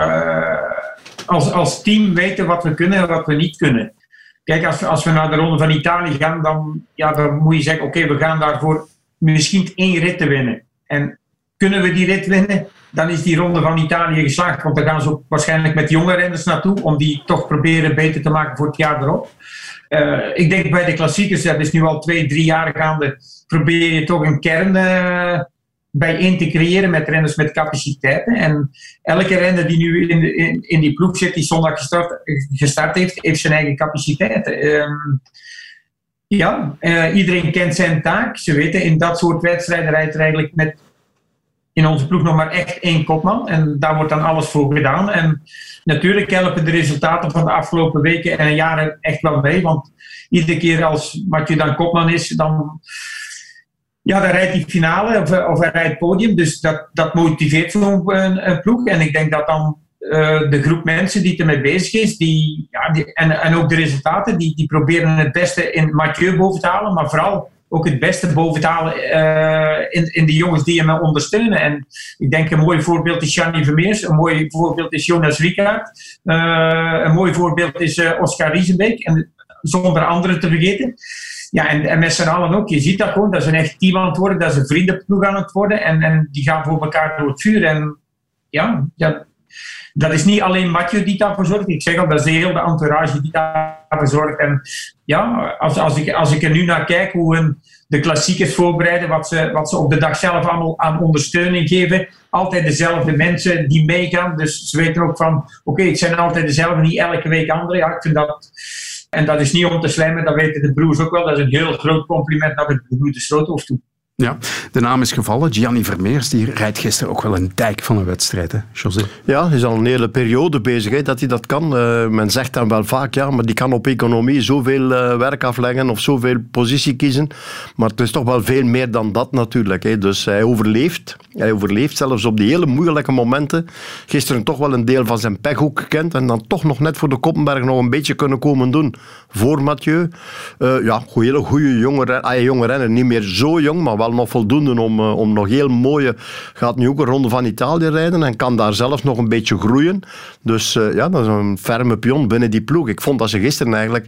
uh, als, als team weten wat we kunnen en wat we niet kunnen. Kijk, als we, als we naar de Ronde van Italië gaan, dan, ja, dan moet je zeggen, oké, okay, we gaan daarvoor misschien één rit te winnen. En kunnen we die rit winnen, dan is die Ronde van Italië geslaagd. Want dan gaan ze ook waarschijnlijk met jonge renners naartoe, om die toch proberen beter te maken voor het jaar erop. Uh, ik denk bij de klassiekers, dat is nu al twee, drie jaar gaande, probeer je toch een kern uh, bijeen te creëren met renners met capaciteiten. En elke renner die nu in, de, in, in die ploeg zit, die zondag gestart, gestart heeft, heeft zijn eigen capaciteiten. Um, ja, uh, iedereen kent zijn taak. Ze weten, in dat soort wedstrijden rijdt er eigenlijk met in onze ploeg nog maar echt één kopman. En daar wordt dan alles voor gedaan. En natuurlijk helpen de resultaten van de afgelopen weken en jaren echt wel mee. Want iedere keer als Mathieu dan kopman is, dan, ja, dan rijdt hij finale of, of hij rijdt podium. Dus dat, dat motiveert zo'n een, een ploeg. En ik denk dat dan uh, de groep mensen die ermee bezig is, die, ja, die, en, en ook de resultaten, die, die proberen het beste in Mathieu boven te halen. Maar vooral ook het beste boven te halen uh, in, in de jongens die hem ondersteunen. En ik denk een mooi voorbeeld is Gianni Vermeers, een mooi voorbeeld is Jonas Rickaert, uh, een mooi voorbeeld is uh, Oscar Riesenbeek, en zonder anderen te vergeten. Ja, en, en met z'n allen ook. Je ziet dat gewoon, dat is een echt team aan het worden, dat is een vriendenploeg aan het worden en, en die gaan voor elkaar door het vuur. En ja, ja, dat is niet alleen Mathieu die daarvoor zorgt. Ik zeg al, dat is de hele entourage die daarvoor zorgt. En ja, als, als, ik, als ik er nu naar kijk hoe hun de klassiekers voorbereiden, wat ze, wat ze op de dag zelf allemaal aan ondersteuning geven, altijd dezelfde mensen die meegaan. Dus ze weten ook van, oké, okay, het zijn altijd dezelfde, niet elke week andere. Ja, ik vind dat... En dat is niet om te slijmen, dat weten de broers ook wel. Dat is een heel groot compliment naar de broeders Stroothoff toe. Ja, de naam is gevallen. Gianni Vermeers, die rijdt gisteren ook wel een dijk van een wedstrijd, hè, José? Ja, hij is al een hele periode bezig, hè, dat hij dat kan. Uh, men zegt dan wel vaak, ja, maar die kan op economie zoveel uh, werk afleggen of zoveel positie kiezen. Maar het is toch wel veel meer dan dat natuurlijk. Hè. Dus hij overleeft. Hij overleeft zelfs op die hele moeilijke momenten. Gisteren toch wel een deel van zijn pech ook gekend en dan toch nog net voor de Koppenberg nog een beetje kunnen komen doen voor Mathieu. Uh, ja, hele goede jonge, ren- ah, jonge renner. Niet meer zo jong, maar wel nog voldoende om, uh, om nog heel mooie... Gaat nu ook een Ronde van Italië rijden en kan daar zelfs nog een beetje groeien. Dus uh, ja, dat is een ferme pion binnen die ploeg. Ik vond dat ze gisteren eigenlijk...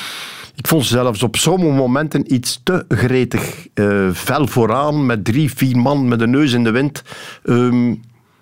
Ik vond ze zelfs op sommige momenten iets te gretig. Uh, fel vooraan, met drie, vier man met de neus in de wind. Um,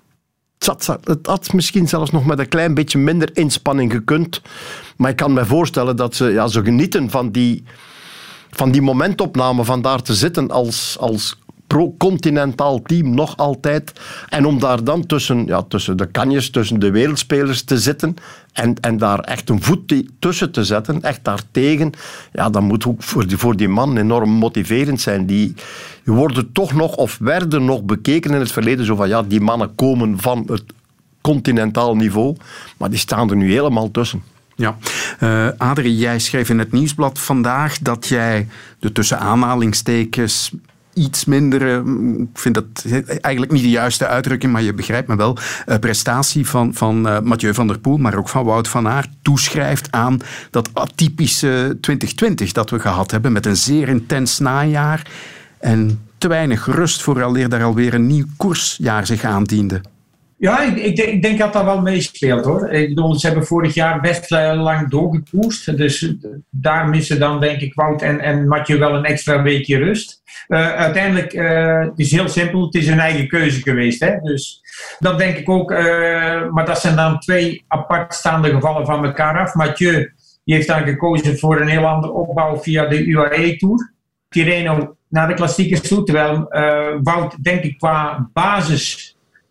het, had, het had misschien zelfs nog met een klein beetje minder inspanning gekund. Maar ik kan me voorstellen dat ze, ja, ze genieten van die... van die momentopname, van daar te zitten als, als pro-continentaal team nog altijd. En om daar dan tussen, ja, tussen de kanjes, tussen de wereldspelers te zitten en, en daar echt een voet tussen te zetten, echt daartegen, ja, dat moet ook voor die, voor die man enorm motiverend zijn. Die worden toch nog, of werden nog bekeken in het verleden, zo van, ja, die mannen komen van het continentaal niveau, maar die staan er nu helemaal tussen. Ja, uh, Adrie, jij schreef in het Nieuwsblad vandaag dat jij de tussen aanhalingstekens iets minder, uh, ik vind dat eigenlijk niet de juiste uitdrukking, maar je begrijpt me wel, uh, prestatie van, van uh, Mathieu van der Poel, maar ook van Wout van Aert toeschrijft aan dat atypische twintig twintig dat we gehad hebben met een zeer intens najaar en te weinig rust vooraleer daar alweer een nieuw koersjaar zich aandiende. Ja, ik, ik, denk, ik denk dat dat wel meespeelt, hoor. Ik bedoel, ze hebben vorig jaar best lang doorgekoerst. Dus daar missen dan, denk ik, Wout en, en Mathieu wel een extra weekje rust. Uh, uiteindelijk, uh, het is heel simpel. Het is een eigen keuze geweest. Hè? Dus dat denk ik ook. Uh, maar dat zijn dan twee apartstaande gevallen van elkaar af. Mathieu die heeft dan gekozen voor een heel andere opbouw via de U A E-tour. Tirreno naar de klassiekers toe. Terwijl uh, Wout, denk ik, qua basis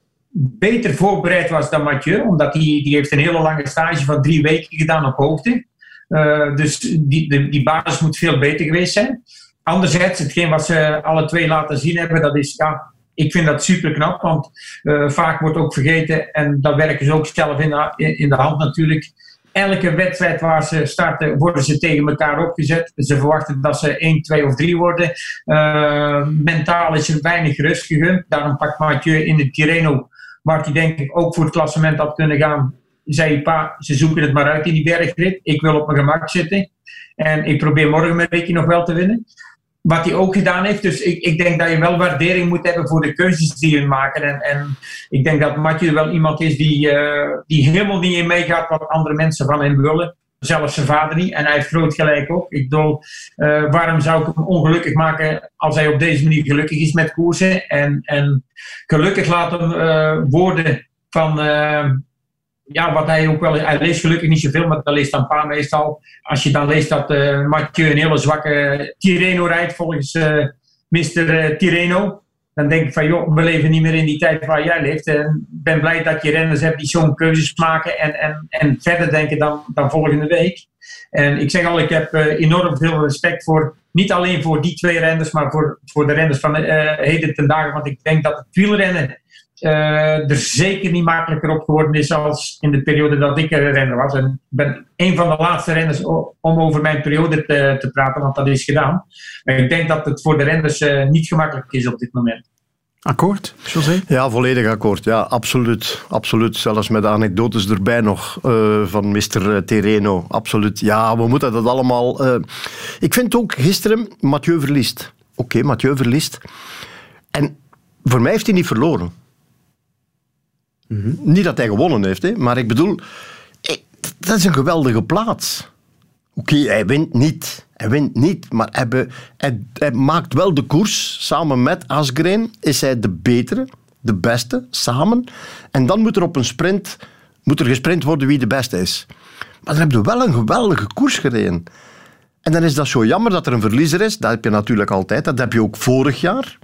beter voorbereid was dan Mathieu, omdat hij die heeft een hele lange stage van drie weken gedaan op hoogte. Uh, dus die, die, die basis moet veel beter geweest zijn. Anderzijds, hetgeen wat ze alle twee laten zien hebben, dat is, ja, ik vind dat super knap, want uh, vaak wordt ook vergeten, en dat werken ze ook zelf in de, in de hand natuurlijk. Elke wedstrijd waar ze starten, worden ze tegen elkaar opgezet. Ze verwachten dat ze één, twee of drie worden. Uh, mentaal is er weinig rust gegund. Daarom pakt Mathieu in de Tirreno, waar hij denk ik ook voor het klassement had kunnen gaan. Zei pa, ze zoeken het maar uit in die bergrit. Ik wil op mijn gemak zitten. En ik probeer morgen met Ricky nog wel te winnen. Wat hij ook gedaan heeft. Dus ik, ik denk dat je wel waardering moet hebben voor de keuzes die je maken. En, en ik denk dat Mathieu wel iemand is die, uh, die helemaal niet in meegaat wat andere mensen van hem willen. Zelfs zijn vader niet. En hij heeft groot gelijk ook. Ik bedoel, uh, waarom zou ik hem ongelukkig maken als hij op deze manier gelukkig is met koersen? En, en gelukkig laten uh, woorden van... Uh, Ja, wat hij ook wel... Hij leest gelukkig niet zoveel, maar dat leest dan pa meestal. Als je dan leest dat uh, Mathieu een hele zwakke Tirreno rijdt volgens uh, mister Uh, Tirreno, dan denk ik van, joh, we leven niet meer in die tijd waar jij leeft. En ik ben blij dat je renners hebt die zo'n keuzes maken en, en, en verder denken dan, dan volgende week. En ik zeg al, ik heb uh, enorm veel respect voor, niet alleen voor die twee renners, maar voor, voor de renners van uh, heden ten dagen. Want ik denk dat het wielrennen Uh, er zeker niet makkelijker op geworden is als in de periode dat ik er renner was. En ik ben een van de laatste renners om over mijn periode te, te praten, want dat is gedaan. Maar ik denk dat het voor de renners uh, niet gemakkelijk is op dit moment. Akkoord, José? Ja, volledig akkoord. Ja, absoluut. absoluut. Zelfs met anekdotes erbij nog uh, van mister Tirreno. Absoluut. Ja, we moeten dat allemaal... Uh... Ik vind ook gisteren, Mathieu verliest. Oké, okay, Mathieu verliest. En voor mij heeft hij niet verloren. Mm-hmm. Niet dat hij gewonnen heeft, hè, maar ik bedoel, dat is een geweldige plaats. Oké, okay, hij wint niet. Hij wint niet, maar hij, be, hij, hij maakt wel de koers. Samen met Asgreen is hij de betere, de beste, samen. En dan moet er op een sprint moet er gesprint worden wie de beste is. Maar dan heb je wel een geweldige koers gereden. En dan is dat zo jammer dat er een verliezer is. Dat heb je natuurlijk altijd. Dat heb je ook vorig jaar.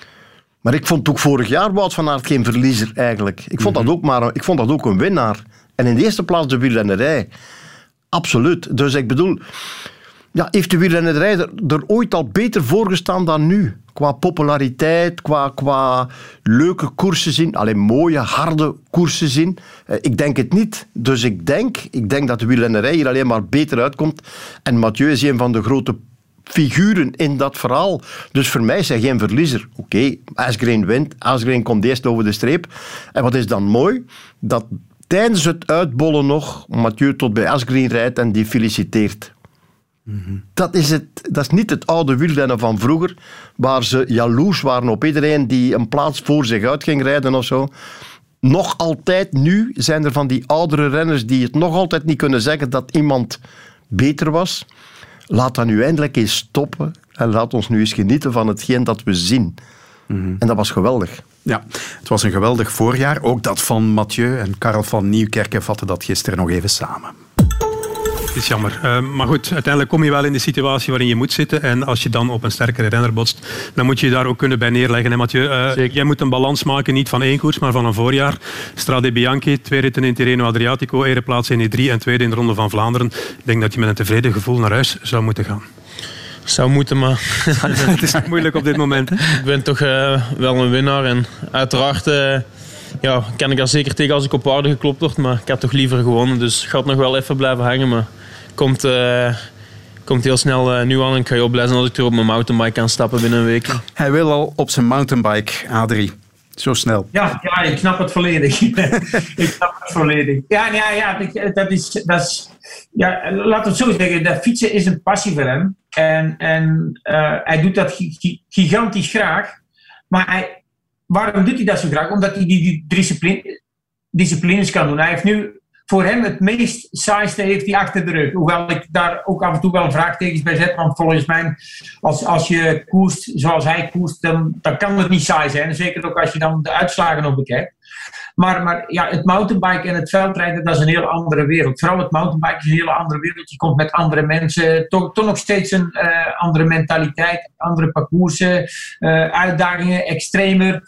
Maar ik vond ook vorig jaar Wout van Aert geen verliezer eigenlijk. Ik vond, mm-hmm. dat ook maar, ik vond dat ook een winnaar. En in de eerste plaats de wielrennerij. Absoluut. Dus ik bedoel, ja, heeft de wielrennerij er, er ooit al beter voor gestaan dan nu? Qua populariteit, qua, qua leuke koersen zien. Alleen mooie, harde koersen zien. Ik denk het niet. Dus ik denk, ik denk dat de wielrennerij hier alleen maar beter uitkomt. En Mathieu is een van de grote figuren in dat verhaal. Dus voor mij is hij geen verliezer. Oké, okay, Asgreen wint. Asgreen komt eerst over de streep. En wat is dan mooi? Dat tijdens het uitbollen nog Mathieu tot bij Asgreen rijdt en die feliciteert. Mm-hmm. Dat is, het, dat is niet het oude wielrennen van vroeger, waar ze jaloers waren op iedereen die een plaats voor zich uit ging rijden of zo. Nog altijd nu zijn er van die oudere renners die het nog altijd niet kunnen zeggen dat iemand beter was. Laat dat nu eindelijk eens stoppen en laat ons nu eens genieten van hetgeen dat we zien. Mm-hmm. En dat was geweldig. Ja, het was een geweldig voorjaar. Ook dat van Mathieu en Karel van Nieuwkerken vatten dat gisteren nog even samen. Het is jammer. Uh, maar goed, uiteindelijk kom je wel in de situatie waarin je moet zitten. En als je dan op een sterkere renner botst, dan moet je je daar ook kunnen bij neerleggen. Hè, Mathieu? Uh, jij moet een balans maken, niet van één koers, maar van een voorjaar. Strade Bianchi, twee ritten in Tirreno Adriatico, ereplaats in E drie en tweede in de Ronde van Vlaanderen. Ik denk dat je met een tevreden gevoel naar huis zou moeten gaan. Zou moeten, maar... Het is moeilijk op dit moment. Hè? Ik ben toch uh, wel een winnaar. En uiteraard uh, ja, kan ik daar zeker tegen als ik op waarde geklopt word. Maar ik had toch liever gewonnen. Dus ik ga het nog wel even blijven hangen. Maar komt, uh, komt heel snel uh, nu aan. En ik ga heel blij zijn als ik er op mijn mountainbike kan stappen binnen een week. Hij wil al op zijn mountainbike, Adrie. Zo snel. Ja, ja, ik snap het volledig. ik snap het volledig. Ja, ja, ja dat is... Dat is ja, laat het zo zeggen. Dat fietsen is een passie voor hem. En, en uh, hij doet dat gigantisch graag. Maar hij, waarom doet hij dat zo graag? Omdat hij die, die discipline, disciplines kan doen. Hij heeft nu voor hem het meest saaiste heeft hij achter de rug. Hoewel ik daar ook af en toe wel vraagtekens bij zet. Want volgens mij, als, als je koerst zoals hij koerst, dan, dan kan het niet saai zijn. Zeker ook als je dan de uitslagen nog bekijkt. Maar, maar ja, het mountainbiken en het veldrijden, dat is een heel andere wereld. Vooral het mountainbiken is een hele andere wereld. Je komt met andere mensen, toch, toch nog steeds een uh, andere mentaliteit, andere parcoursen, uh, uitdagingen, extremer.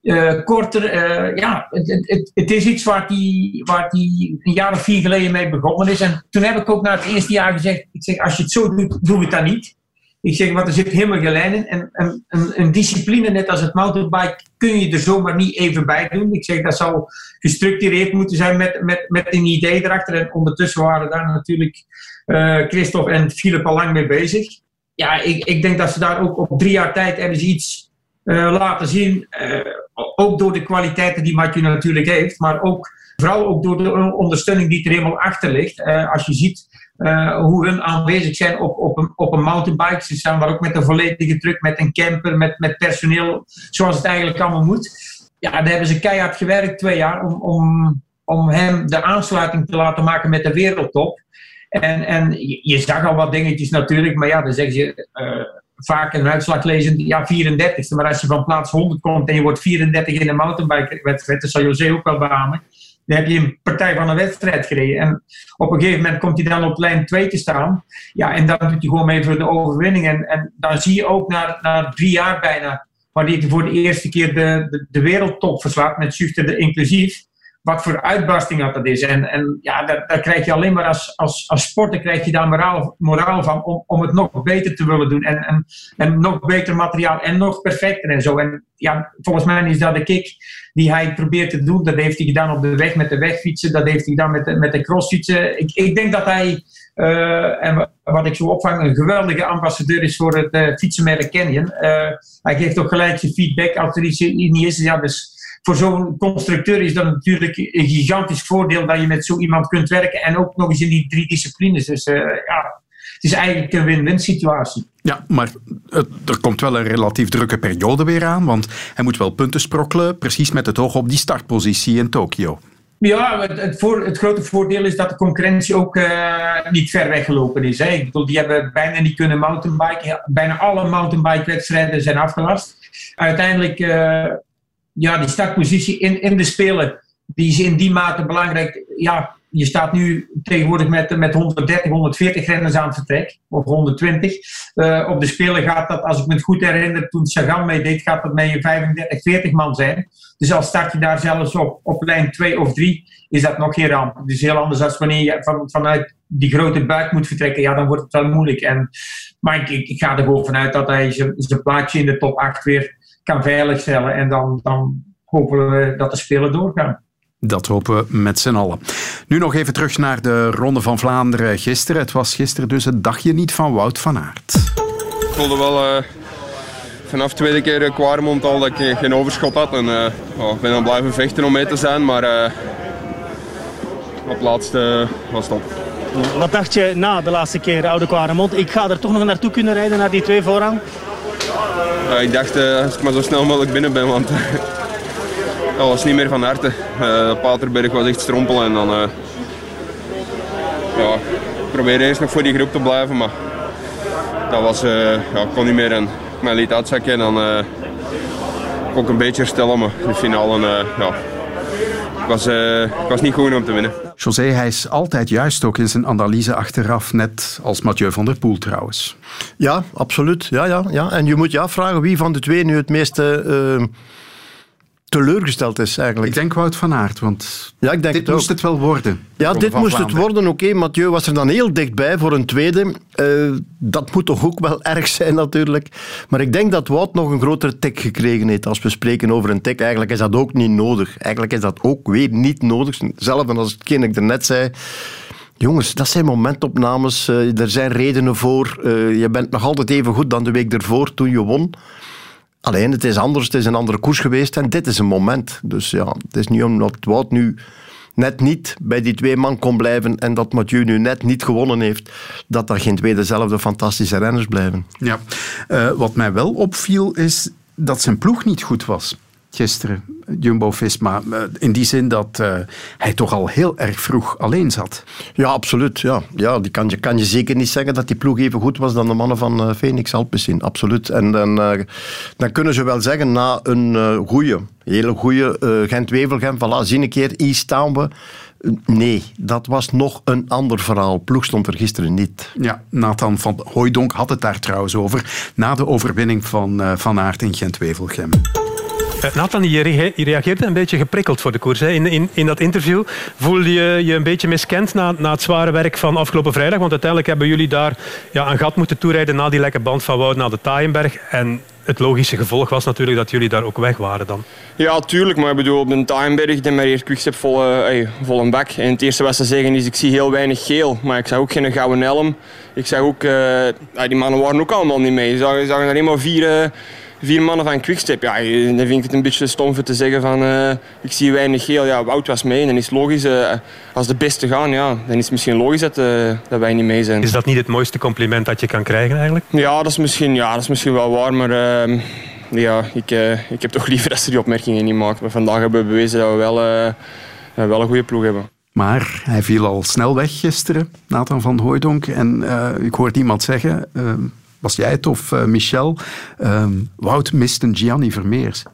uh, korter. Uh, ja, het, het, het is iets waar hij waar die een jaar of vier geleden mee begonnen is. En toen heb ik ook na het eerste jaar gezegd, ik zeg, als je het zo doet, doe het dan niet. Ik zeg, want er zit helemaal geen lijn in. En, en, en een discipline, net als het mountainbike, kun je er zomaar niet even bij doen. Ik zeg, dat zou gestructureerd moeten zijn met, met, met een idee erachter. En ondertussen waren daar natuurlijk uh, Christophe en Philippe al lang mee bezig. Ja, ik, ik denk dat ze daar ook op drie jaar tijd hebben ze iets uh, laten zien. Uh, ook door de kwaliteiten die Mathieu natuurlijk heeft. Maar ook, vooral ook door de ondersteuning die er helemaal achter ligt. Uh, als je ziet uh, hoe hun aanwezig zijn op, op, een, op een mountainbike. Ze staan daar ook met een volledige truck, met een camper, met, met personeel. Zoals het eigenlijk allemaal moet. Ja, daar hebben ze keihard gewerkt, twee jaar, om, om, om hem de aansluiting te laten maken met de wereldtop. En, en je zag al wat dingetjes natuurlijk, maar ja, dan zeg je uh, vaak een uitslag lezen, ja, vierendertigste. Maar als je van plaats honderd komt en je wordt vierendertig in de mountainbike-wedstrijd, dat zal José ook wel beamen, dan heb je een partij van een wedstrijd gereden. En op een gegeven moment komt hij dan op lijn twee te staan. Ja, en dan doet hij gewoon mee voor de overwinning. En, en dan zie je ook na, na drie jaar bijna, wanneer hij voor de eerste keer de, de, de wereldtop verslaat, met Schuster inclusief, wat voor uitbarsting dat, dat is. En, en ja, daar, daar krijg je alleen maar als, als, als sporter krijg je daar moraal, moraal van om, om het nog beter te willen doen. En, en, en nog beter materiaal en nog perfecter en zo. En ja, volgens mij is dat de kick die hij probeert te doen. Dat heeft hij gedaan op de weg met de wegfietsen. Dat heeft hij gedaan met de, met de crossfietsen. Ik, ik denk dat hij, uh, en wat ik zo opvang, een geweldige ambassadeur is voor het uh, fietsenmerk Canyon. Uh, hij geeft ook gelijk zijn feedback als er iets niet is. Ja, dus voor zo'n constructeur is dat natuurlijk een gigantisch voordeel dat je met zo iemand kunt werken en ook nog eens in die drie disciplines. Dus uh, ja, het is eigenlijk een win-win situatie. Ja, maar uh, er komt wel een relatief drukke periode weer aan, want hij moet wel punten sprokkelen, precies met het oog op die startpositie in Tokio. Ja, het, het, voor, het grote voordeel is dat de concurrentie ook uh, niet ver weggelopen is. Hè. Ik bedoel, die hebben bijna niet kunnen mountainbiken. Bijna alle mountainbike-wedstrijden zijn afgelast. Uiteindelijk, uh, ja, die startpositie in, in de Spelen, die is in die mate belangrijk. Ja, je staat nu tegenwoordig met, met honderddertig, honderdveertig renners aan het vertrek, of honderdtwintig. Uh, op de Spelen gaat dat, als ik me het goed herinner, toen Sagan meedeed, gaat dat met je vijfendertig, veertig man zijn. Dus al start je daar zelfs op, op lijn twee of drie, is dat nog geen ramp. Dus heel anders dan wanneer je van, vanuit die grote buik moet vertrekken, ja, dan wordt het wel moeilijk. En, maar ik, ik ga er gewoon vanuit dat hij zijn plaatsje in de top acht weer kan veiligstellen. En dan, dan hopen we dat de Spelen doorgaan. Dat hopen we met z'n allen. Nu nog even terug naar de Ronde van Vlaanderen gisteren. Het was gisteren dus het dagje niet van Wout van Aert. Ik voelde wel uh, vanaf de tweede keer in Kwaremond al dat ik geen overschot had. En, uh, oh, ik ben dan blijven vechten om mee te zijn, maar uh, op het laatste was het op. Wat dacht je na de laatste keer, Oude Kwaremond? Ik ga er toch nog naartoe kunnen rijden, naar die twee vooraan? Uh, ik dacht uh, als ik maar zo snel mogelijk binnen ben, want... dat was niet meer van harte. Uh, Paterberg was echt strompel en dan... Uh, ja, ik probeerde eerst nog voor die groep te blijven, maar dat was... Uh, ja, ik kon niet meer en ik mij liet uitzakken en dan... Uh, kon ik een beetje herstellen, maar de finale... Uh, ja, ik was, uh, ik was niet goed om te winnen. José, hij is altijd juist ook in zijn analyse achteraf, net als Mathieu van der Poel trouwens. Ja, absoluut. Ja, ja, ja. En je moet je afvragen wie van de twee nu het meeste... Uh, teleurgesteld is eigenlijk. Ik denk Wout van Aert, want ja, ik denk dit het moest het wel worden. Ja, dit moest Vlaanderen. het worden. Oké, okay, Mathieu was er dan heel dichtbij voor een tweede. Uh, dat moet toch ook wel erg zijn natuurlijk. Maar ik denk dat Wout nog een grotere tik gekregen heeft. Als we spreken over een tik, eigenlijk is dat ook niet nodig. Eigenlijk is dat ook weer niet nodig. Hetzelfde als hetgeen ik er net zei. Jongens, dat zijn momentopnames. Uh, er zijn redenen voor. Uh, je bent nog altijd even goed dan de week ervoor toen je won. Alleen, het is anders, het is een andere koers geweest en dit is een moment. Dus ja, het is niet omdat Wout nu net niet bij die twee man kon blijven en dat Mathieu nu net niet gewonnen heeft, dat er geen twee dezelfde fantastische renners blijven. Ja, uh, wat mij wel opviel is dat zijn ploeg niet goed was gisteren, Jumbo-Visma. In die zin dat uh, hij toch al heel erg vroeg alleen zat. Ja, absoluut. Ja. Ja, die kan, je, kan je zeker niet zeggen dat die ploeg even goed was dan de mannen van uh, Phoenix Alpecin. Absoluut. En dan, uh, dan kunnen ze wel zeggen, na een uh, goeie, hele goeie uh, Gent-Wevelgem, voilà, zie een keer, hier staan we. Nee, dat was nog een ander verhaal. Ploeg stond er gisteren niet. Ja, Nathan van Hooijdonk had het daar trouwens over, na de overwinning van uh, Van Aert in Gent-Wevelgem. Uh, Nathan, je, re- je reageerde een beetje geprikkeld voor de koers. Hè. In, in, in dat interview voelde je je een beetje miskend na, na het zware werk van afgelopen vrijdag. Want uiteindelijk hebben jullie daar ja, een gat moeten toerijden na die lekke band van Wout naar de Taaienberg. En het logische gevolg was natuurlijk dat jullie daar ook weg waren dan. Ja, tuurlijk. Maar ik bedoel, op de Taaienberg demarreert Quickstep vol, uh, hey, vol een bak. En het eerste wat ze zeggen is, ik zie heel weinig geel. Maar ik zag ook geen gouden helm. Ik zag ook, uh, die mannen waren ook allemaal niet mee. Je zag, je zag alleen maar vier... Uh, Vier mannen van Quickstep. Ja, dan vind ik het een beetje stom voor te zeggen van uh, ik zie weinig geel. Ja, Wout was mee en dan is het logisch. Uh, als de beste gaan, ja, dan is het misschien logisch dat, uh, dat wij niet mee zijn. Is dat niet het mooiste compliment dat je kan krijgen eigenlijk? Ja, dat is misschien, ja, dat is misschien wel waar, maar uh, ja, ik, uh, ik heb toch liever dat ze die opmerkingen niet maken. Maar vandaag hebben we bewezen dat we wel, uh, wel een goede ploeg hebben. Maar hij viel al snel weg gisteren, Nathan van Hooijdonk. En uh, ik hoorde iemand zeggen... Uh, Was jij het of uh, Michel? Uh, Wout mist een Gianni Vermeers.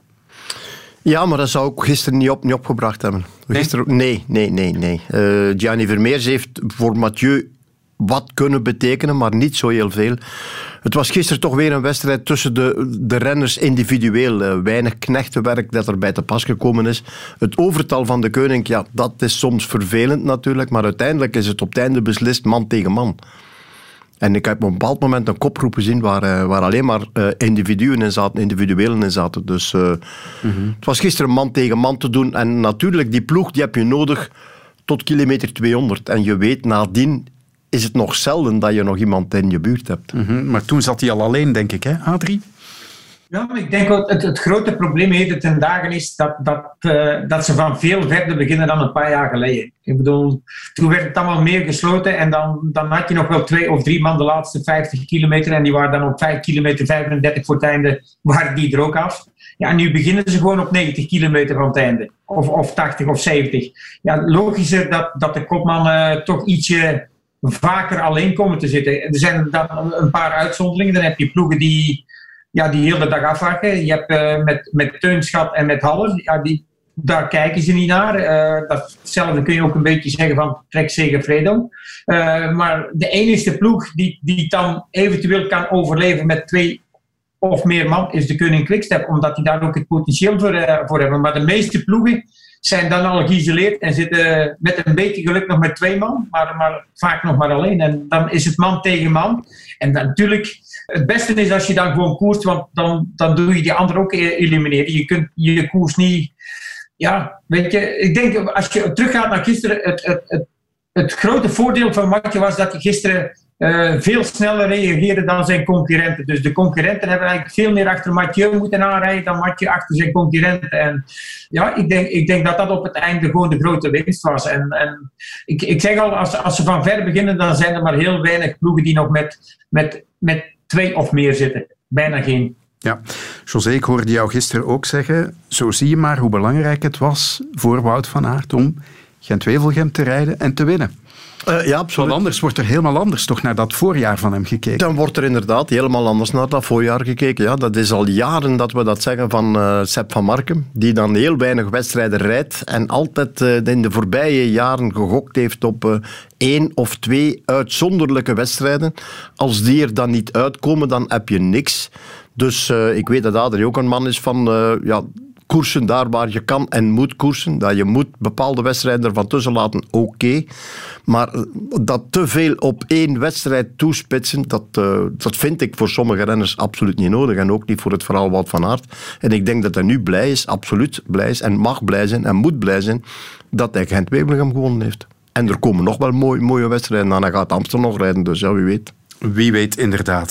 Ja, maar dat zou ik gisteren niet, op, niet opgebracht hebben. Gisteren, nee, nee, nee. nee. Uh, Gianni Vermeers heeft voor Mathieu wat kunnen betekenen, maar niet zo heel veel. Het was gisteren toch weer een wedstrijd tussen de, de renners individueel. Uh, weinig knechtenwerk dat erbij te pas gekomen is. Het overtal van de koning, ja, dat is soms vervelend natuurlijk, maar uiteindelijk is het op het einde beslist man tegen man. En ik heb op een bepaald moment een kopgroep gezien waar, uh, waar alleen maar uh, individuen in zaten, individuelen in zaten. Dus uh, mm-hmm. Het was gisteren man tegen man te doen. En natuurlijk, die ploeg die heb je nodig tot kilometer tweehonderd. En je weet, nadien is het nog zelden dat je nog iemand in je buurt hebt. Mm-hmm. Maar toen zat hij al alleen, denk ik, hè, Adrie? Ja, maar ik denk dat het, het grote probleem heden ten dagen is dat, dat, uh, dat ze van veel verder beginnen dan een paar jaar geleden. Ik bedoel, toen werd het allemaal meer gesloten en dan, dan had je nog wel twee of drie man de laatste vijftig kilometer en die waren dan op vijf kilometer vijfendertig voor het einde, waren die er ook af. Ja, nu beginnen ze gewoon op negentig kilometer van het einde. Of, of tachtig of zeventig. Ja, logischer dat, dat de kopmannen uh, toch ietsje vaker alleen komen te zitten. Er zijn dan een paar uitzonderingen. Dan heb je ploegen die... Ja, die hele dag afwachten. Je hebt uh, met, met Teunschat en met Haller, ja, die, daar kijken ze niet naar. Uh, datzelfde kun je ook een beetje zeggen van Trek Segafredo. Uh, maar de enige ploeg die, die dan eventueel kan overleven met twee of meer man is de Koning Quickstep, omdat die daar ook het potentieel voor, uh, voor hebben. Maar de meeste ploegen zijn dan al geïsoleerd en zitten met een beetje geluk nog met twee man, maar, maar vaak nog maar alleen. En dan is het man tegen man. En dan, natuurlijk, het beste is als je dan gewoon koerst, want dan, dan doe je die anderen ook elimineren. Je kunt je koers niet... Ja, weet je, ik denk als je teruggaat naar gisteren, het, het, het, het grote voordeel van Mathieu was dat hij gisteren uh, veel sneller reageerde dan zijn concurrenten. Dus de concurrenten hebben eigenlijk veel meer achter Mathieu moeten aanrijden dan Mathieu achter zijn concurrenten. En ja, ik denk, ik denk dat dat op het einde gewoon de grote winst was. En, en ik, ik zeg al, als, als ze van ver beginnen, dan zijn er maar heel weinig ploegen die nog met, met, met twee of meer zitten. Bijna geen. Ja, José, ik hoorde jou gisteren ook zeggen, zo zie je maar hoe belangrijk het was voor Wout van Aert om Gent-Wevelgem te rijden en te winnen. Uh, ja, absoluut. Want anders wordt er helemaal anders toch naar dat voorjaar van hem gekeken. Dan wordt er inderdaad helemaal anders naar dat voorjaar gekeken. Ja, dat is al jaren dat we dat zeggen van uh, Sepp van Marken, die dan heel weinig wedstrijden rijdt en altijd uh, in de voorbije jaren gegokt heeft op uh, één of twee uitzonderlijke wedstrijden. Als die er dan niet uitkomen, dan heb je niks. Dus uh, ik weet dat Adrie ook een man is van... Uh, ja, koersen daar waar je kan en moet koersen. Dat je moet bepaalde wedstrijden ervan tussen laten, oké. Okay. Maar dat te veel op één wedstrijd toespitsen, dat, uh, dat vind ik voor sommige renners absoluut niet nodig. En ook niet voor het verhaal Wout van Aert. En ik denk dat hij nu blij is, absoluut blij is, en mag blij zijn en moet blij zijn, dat hij Gent-Wevelgem gewonnen heeft. En er komen nog wel mooie, mooie wedstrijden aan. Hij gaat Amsterdam nog rijden, dus ja, wie weet. Wie weet, inderdaad.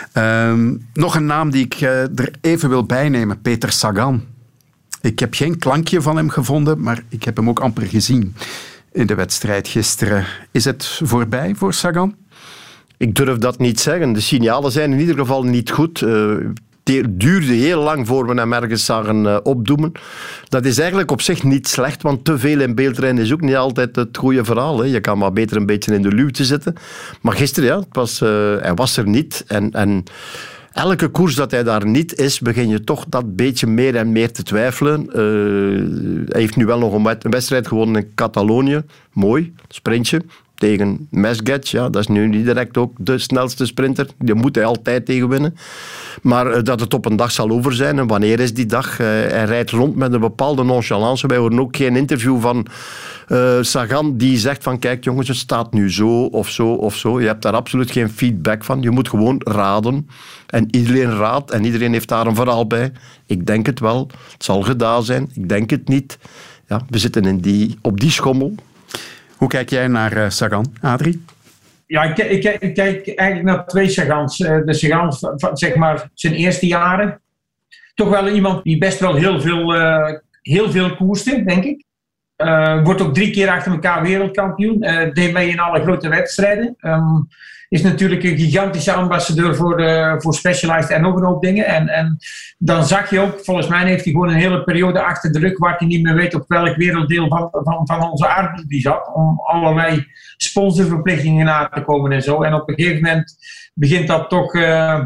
Um, nog een naam die ik uh, er even wil bijnemen, Peter Sagan. Ik heb geen klankje van hem gevonden, maar ik heb hem ook amper gezien in de wedstrijd gisteren. Is het voorbij voor Sagan? Ik durf dat niet zeggen. De signalen zijn in ieder geval niet goed. Uh, Het duurde heel lang voor we hem ergens zagen uh, opdoemen. Dat is eigenlijk op zich niet slecht, want te veel in beeld rijden is ook niet altijd het goede verhaal. Hè. Je kan maar beter een beetje in de luwte zitten. Maar gisteren, ja, het was, uh, hij was er niet. En... en elke koers dat hij daar niet is, begin je toch dat beetje meer en meer te twijfelen. Uh, hij heeft nu wel nog een wedstrijd gewonnen in Catalonië. Mooi, sprintje. Het tegen Mesgetch. Ja, dat is nu niet direct ook de snelste sprinter. Die moet hij altijd tegen winnen. Maar uh, dat het op een dag zal over zijn. En wanneer is die dag? Uh, hij rijdt rond met een bepaalde nonchalance. Wij horen ook geen interview van uh, Sagan die zegt van kijk jongens, het staat nu zo of zo of zo. Je hebt daar absoluut geen feedback van. Je moet gewoon raden. En iedereen raadt en iedereen heeft daar een verhaal bij. Ik denk het wel. Het zal gedaan zijn. Ik denk het niet. Ja, we zitten in die, op die schommel. Hoe kijk jij naar uh, Sagan, Adrie? Ja, ik, ik, ik kijk eigenlijk naar twee Sagans. De Sagan van zeg maar zijn eerste jaren. Toch wel iemand die best wel heel veel, uh, heel veel koerste, denk ik. Uh, wordt ook drie keer achter elkaar wereldkampioen. Uh, deed mee in alle grote wedstrijden. Um, is natuurlijk een gigantische ambassadeur voor, uh, voor Specialized en nog een hoop dingen. En, en dan zag je ook, volgens mij heeft hij gewoon een hele periode achter de rug waar hij niet meer weet op welk werelddeel van, van, van onze aarde die zat. Om allerlei sponsorverplichtingen na te komen en zo. En op een gegeven moment begint dat toch uh,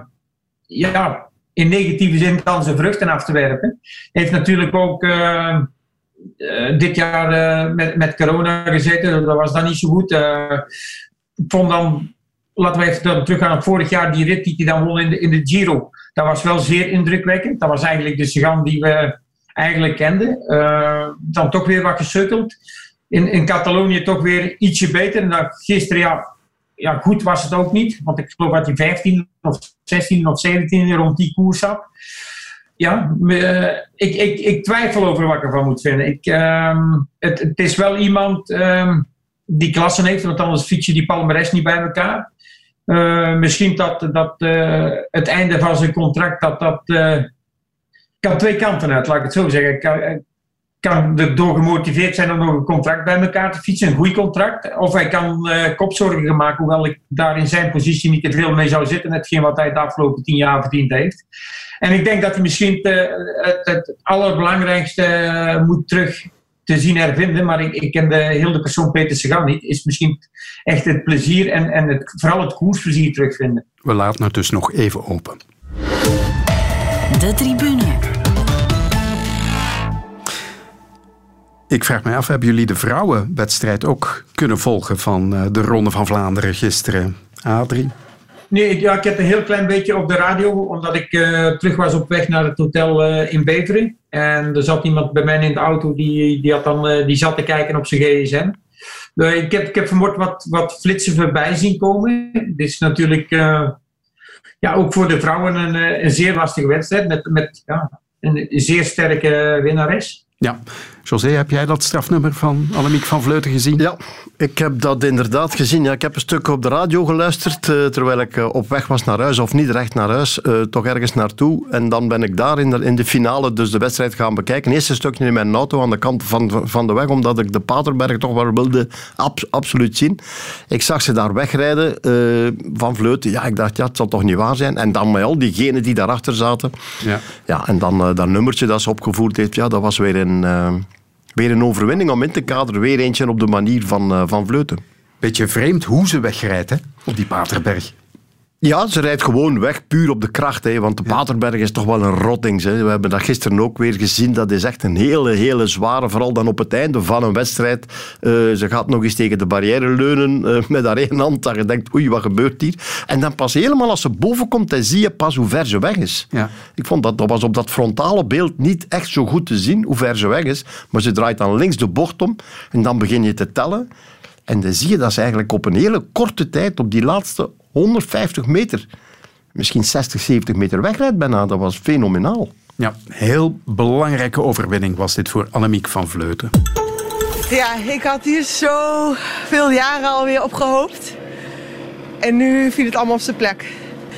ja, in negatieve zin dan zijn vruchten af te werpen. Heeft natuurlijk ook uh, uh, dit jaar uh, met, met corona gezeten. Dat was dan niet zo goed. Uh, ik vond dan... Laten we even teruggaan naar vorig jaar, die rit die hij dan won in de, in de Giro. Dat was wel zeer indrukwekkend. Dat was eigenlijk de Sagan die we eigenlijk kenden. Uh, dan toch weer wat gesukkeld. In, in Catalonië toch weer ietsje beter. En dan gisteren, ja, ja, goed was het ook niet. Want ik geloof dat hij vijftien of zestien of zeventien rond die koers zat. Ja, uh, ik, ik, ik twijfel over wat ik ervan moet vinden. Ik, um, het, het is wel iemand um, die klassen heeft, want anders fiets je die palmares niet bij elkaar. Uh, misschien dat, dat uh, het einde van zijn contract dat, dat uh, kan twee kanten uit, laat ik het zo zeggen. Kan, kan erdoor gemotiveerd zijn om nog een contract bij elkaar te fietsen, een goed contract. Of hij kan uh, kopzorgen gaan maken, hoewel ik daar in zijn positie niet te veel mee zou zitten, hetgeen wat hij de afgelopen tien jaar verdiend heeft. En ik denk dat hij misschien te, het, het allerbelangrijkste uh, moet terug te zien hervinden, maar ik, ik ken de, heel de persoon Peter Sagan niet, is misschien echt het plezier en, en het, vooral het koersplezier terugvinden. We laten het dus nog even open. De tribune. Ik vraag mij af, hebben jullie de vrouwenwedstrijd ook kunnen volgen van de Ronde van Vlaanderen gisteren? Adrie? Nee, ja, ik heb een heel klein beetje op de radio, omdat ik uh, terug was op weg naar het hotel uh, in Beveren. En er zat iemand bij mij in de auto, die, die, had dan, uh, die zat te kijken op zijn gsm. Uh, ik, heb, ik heb vanmorgen wat, wat flitsen voorbij zien komen. Dit is natuurlijk uh, ja, ook voor de vrouwen een, een zeer lastige wedstrijd, met, met ja, een zeer sterke winnares. Ja. José, heb jij dat strafnummer van Annemiek van Vleuten gezien? Ja, ik heb dat inderdaad gezien. Ja, ik heb een stuk op de radio geluisterd, uh, terwijl ik uh, op weg was naar huis, of niet recht naar huis, uh, toch ergens naartoe. En dan ben ik daar in de, in de finale dus de wedstrijd gaan bekijken. Eerst een stukje in mijn auto aan de kant van, van de weg, omdat ik de Paterberg toch wel wilde ab, absoluut zien. Ik zag ze daar wegrijden, uh, van Vleuten. Ja, ik dacht, ja, het zal toch niet waar zijn. En dan met al diegenen die daarachter zaten. Ja, ja en dan uh, dat nummertje dat ze opgevoerd heeft, ja, dat was weer een... Uh, Weer een overwinning om in te kaderen. Weer eentje op de manier van, uh, van Vleuten. Beetje vreemd hoe ze wegrijdt, hè, op die Paterberg. Ja, ze rijdt gewoon weg, puur op de kracht. Hè, want de ja. Paterberg is toch wel een rottings. Hè. We hebben dat gisteren ook weer gezien. Dat is echt een hele, hele zware, vooral dan op het einde van een wedstrijd. Uh, ze gaat nog eens tegen de barrière leunen uh, met haar één hand. Dat je denkt, oei, wat gebeurt hier? En dan pas helemaal als ze boven komt, dan zie je pas hoe ver ze weg is. Ja. Ik vond dat, dat was op dat frontale beeld niet echt zo goed te zien hoe ver ze weg is. Maar ze draait dan links de bocht om en dan begin je te tellen. En dan zie je dat ze eigenlijk op een hele korte tijd, op die laatste honderdvijftig meter, misschien zestig, zeventig meter wegrijdt bijna. Dat was fenomenaal. Ja, heel belangrijke overwinning was dit voor Annemiek van Vleuten. Ja, ik had hier zo veel jaren alweer op gehoopt. En nu viel het allemaal op zijn plek.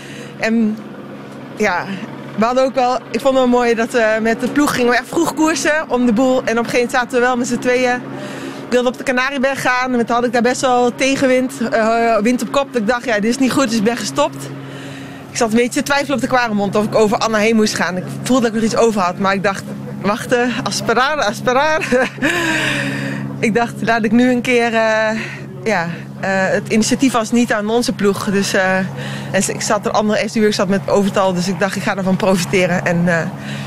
En ja, we hadden ook wel... Ik vond het wel mooi dat we met de ploeg gingen we echt vroeg koersen om de boel. En op een gegeven moment zaten we wel met z'n tweeën. Ik wilde op de Canarieberg gaan, en toen had ik daar best wel tegenwind, uh, wind op kop. Dat ik dacht, ja, dit is niet goed, dus ik ben gestopt. Ik zat een beetje te twijfelen op de Kwaremond of ik over Anna heen moest gaan. Ik voelde dat ik nog iets over had, maar ik dacht, wachten, asperar, asperar. Ik dacht, laat ik nu een keer, uh, ja, uh, het initiatief was niet aan onze ploeg. Dus uh, en ik zat er andere eerste uur, ik zat met overtal, dus ik dacht, ik ga ervan profiteren. En, uh,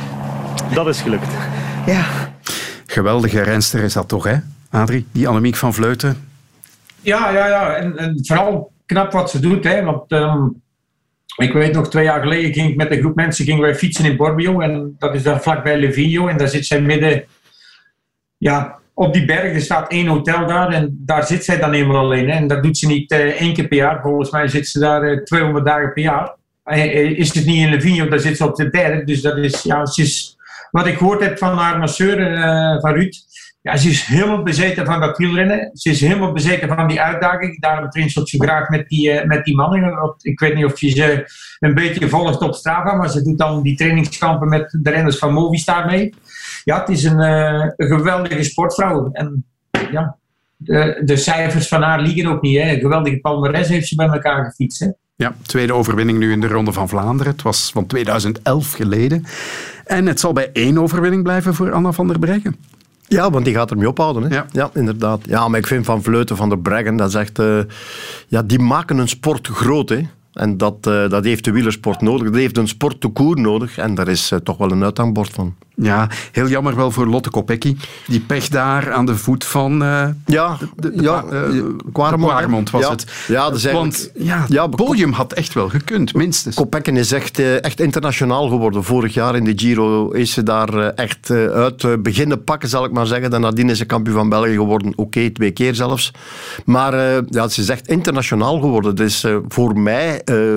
dat is gelukt. Ja. Geweldige renster is dat toch, hè? Adrie, die Annemiek van Vleuten. Ja, ja, ja. En, en vooral knap wat ze doet. Hè. Want um, ik weet nog, twee jaar geleden ging ik met een groep mensen gingen wij fietsen in Borbio. En dat is daar vlakbij Livigno. En daar zit zij midden ja, op die berg. Er staat één hotel daar. En daar zit zij dan eenmaal alleen. Hè. En dat doet ze niet uh, één keer per jaar. Volgens mij zit ze daar uh, tweehonderd dagen per jaar. Uh, is het niet in Livigno, daar zit ze op de derde. Dus dat is, ja, ze is, wat ik gehoord heb van haar masseur, uh, van Ruud. Ja, ze is helemaal bezeten van dat wielrennen. Ze is helemaal bezeten van die uitdaging. Daarom traint ze zo graag met die, uh, met die mannen. Ik weet niet of je ze een beetje volgt op Strava, maar ze doet dan die trainingskampen met de renners van Movistar mee. Ja, het is een, uh, een geweldige sportvrouw. En ja, de, de cijfers van haar liegen ook niet. Hè. Een geweldige palmares heeft ze bij elkaar gefietst. Hè. Ja, tweede overwinning nu in de Ronde van Vlaanderen. Het was van tweeduizend elf geleden. En het zal bij één overwinning blijven voor Anna van der Breggen. Ja, want die gaat ermee ophouden. Hè? Ja. ja, inderdaad. Ja, maar ik vind Van Vleuten, Van der Breggen, dat is echt... Uh, ja, die maken een sport groot, hè. En dat, uh, dat heeft de wielersport nodig. Dat heeft een sport tout court nodig. En daar is uh, toch wel een uithangbord van. Ja, heel jammer wel voor Lotte Kopecky. Die pech daar aan de voet van... Uh, ja, de, de, ja uh, Quaremont was ja. het. Ja, dat is Want ja, ja, het podium had echt wel gekund, minstens. Kopecky is echt, uh, echt internationaal geworden. Vorig jaar in de Giro is ze daar uh, echt uh, uit uh, beginnen pakken, zal ik maar zeggen. Dan nadien is ze kampioen van België geworden. Oké, okay, twee keer zelfs. Maar uh, ja, ze is echt internationaal geworden. Dus uh, voor mij... Uh,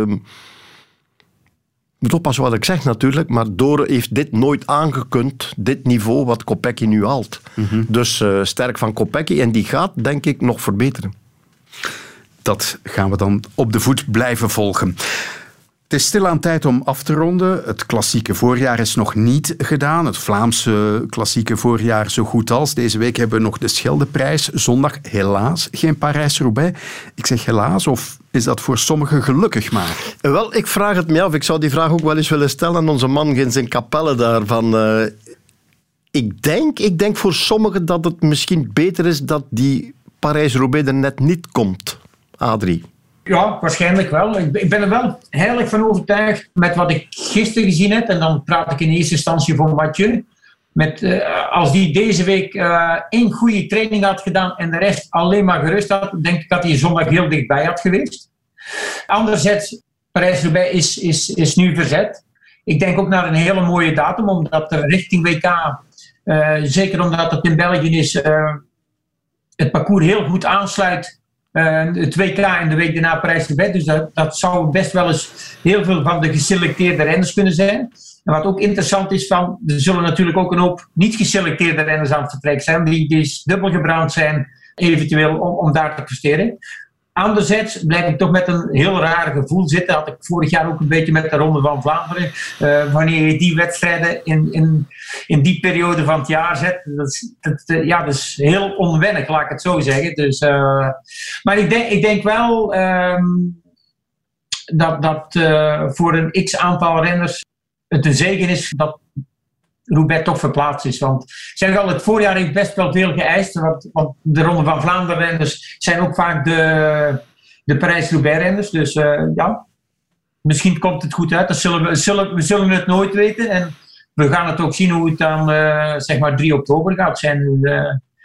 Ik moet oppassen wat ik zeg natuurlijk, maar Dore heeft dit nooit aangekund, dit niveau wat Kopecky nu haalt. Mm-hmm. Dus uh, sterk van Kopecky en die gaat, denk ik, nog verbeteren. Dat gaan we dan op de voet blijven volgen. Het is stilaan tijd om af te ronden. Het klassieke voorjaar is nog niet gedaan. Het Vlaamse klassieke voorjaar zo goed als. Deze week hebben we nog de Scheldeprijs. Zondag helaas geen Parijs-Roubaix. Ik zeg helaas, of is dat voor sommigen gelukkig maar? Wel, ik vraag het me af. Ik zou die vraag ook wel eens willen stellen aan onze man Gins in Capelle daarvan. Uh, ik, denk, ik denk voor sommigen dat het misschien beter is dat die Parijs-Roubaix er net niet komt. Adrie. Ja, waarschijnlijk wel. Ik ben er wel heilig van overtuigd met wat ik gisteren gezien heb. En dan praat ik in eerste instantie voor Mathieu. Met, uh, als die deze week uh, één goede training had gedaan en de rest alleen maar gerust had, denk ik dat hij zondag heel dichtbij had geweest. Anderzijds, Parijs-Roubaix is, is, is nu verzet. Ik denk ook naar een hele mooie datum, omdat er richting W K, uh, zeker omdat het in België is, uh, het parcours heel goed aansluit. Uh, het W K en de week daarna Parijs-Roubaix. Dus dat, dat zou best wel eens heel veel van de geselecteerde renners kunnen zijn. En wat ook interessant is, van, er zullen natuurlijk ook een hoop niet geselecteerde renners aan het vertrek zijn, die, die dubbel gebrand zijn, eventueel om, om daar te presteren. Anderzijds blijf ik toch met een heel raar gevoel zitten. Had ik vorig jaar ook een beetje met de Ronde van Vlaanderen. Uh, wanneer je die wedstrijden in, in, in die periode van het jaar zet. Dat is, dat, uh, ja, dat is heel onwennig, laat ik het zo zeggen. Dus, uh, maar ik denk, ik denk wel um, dat, dat uh, voor een x-aantal renners het een zegen is dat Roubaix toch verplaatst is. Want zeg al, het voorjaar heeft best wel veel geëist. Want, want de Ronde van Vlaanderen renners zijn ook vaak de, de Parijs-Roubaix renners. Dus uh, ja, misschien komt het goed uit. Dat zullen we, zullen, we zullen het nooit weten. En we gaan het ook zien hoe het dan uh, zeg maar drie oktober gaat zijn. Uh,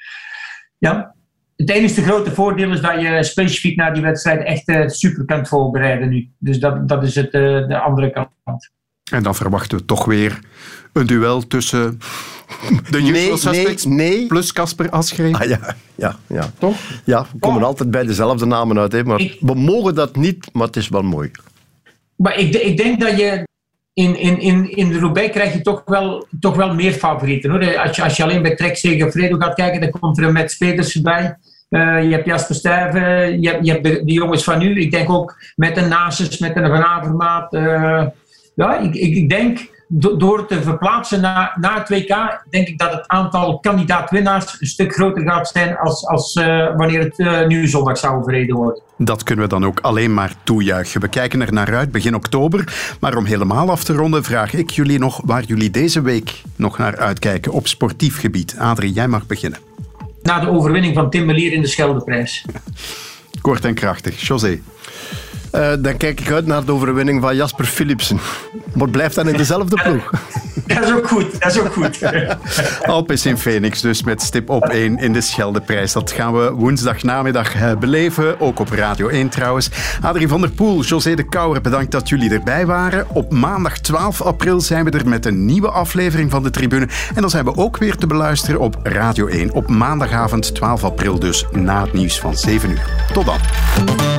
ja. Het enige grote voordeel is dat je specifiek naar die wedstrijd echt uh, super kunt voorbereiden nu. Dus dat, dat is het, uh, de andere kant. En dan verwachten we toch weer een duel tussen de usual nee, suspects nee, nee. plus Kasper Asgreen. Ah, ja, ja, ja. Toch? Ja, we komen oh. altijd bij dezelfde namen uit. Hè, maar ik, we mogen dat niet, maar het is wel mooi. Maar ik, ik denk dat je in, in, in, in de Roubaix krijg je toch wel, toch wel meer favorieten. Hoor. Als, je, als je alleen bij Trek Segafredo gaat kijken, dan komt er een Mats Pedersen bij. Uh, je hebt Jasper Stuyven, je hebt, je hebt de, de jongens van nu. Ik denk ook met een Nasus, met een Van Avermaat. Uh, ja, ik, ik, ik denk, do, door het te verplaatsen naar, naar het W K, denk ik dat het aantal kandidaat-winnaars een stuk groter gaat zijn als, als uh, wanneer het uh, nu zondag zou verreden worden. Dat kunnen we dan ook alleen maar toejuichen. We kijken er naar uit, begin oktober. Maar om helemaal af te ronden vraag ik jullie nog waar jullie deze week nog naar uitkijken op sportief gebied. Adrie, jij mag beginnen. Na de overwinning van Tim Merlier in de Scheldeprijs. Kort en krachtig. José. Uh, dan kijk ik uit naar de overwinning van Jasper Philipsen. Maar blijft dan in dezelfde ploeg. Dat is ook goed, dat is ook goed. Alpes in Phoenix, dus met stip op één in de Scheldeprijs. Dat gaan we woensdagnamiddag beleven, ook op Radio één trouwens. Adrie van der Poel, José de Kouwer, bedankt dat jullie erbij waren. Op maandag twaalf april zijn we er met een nieuwe aflevering van De Tribune. En dan zijn we ook weer te beluisteren op Radio één. Op maandagavond twaalf april dus, na het nieuws van zeven uur. Tot dan.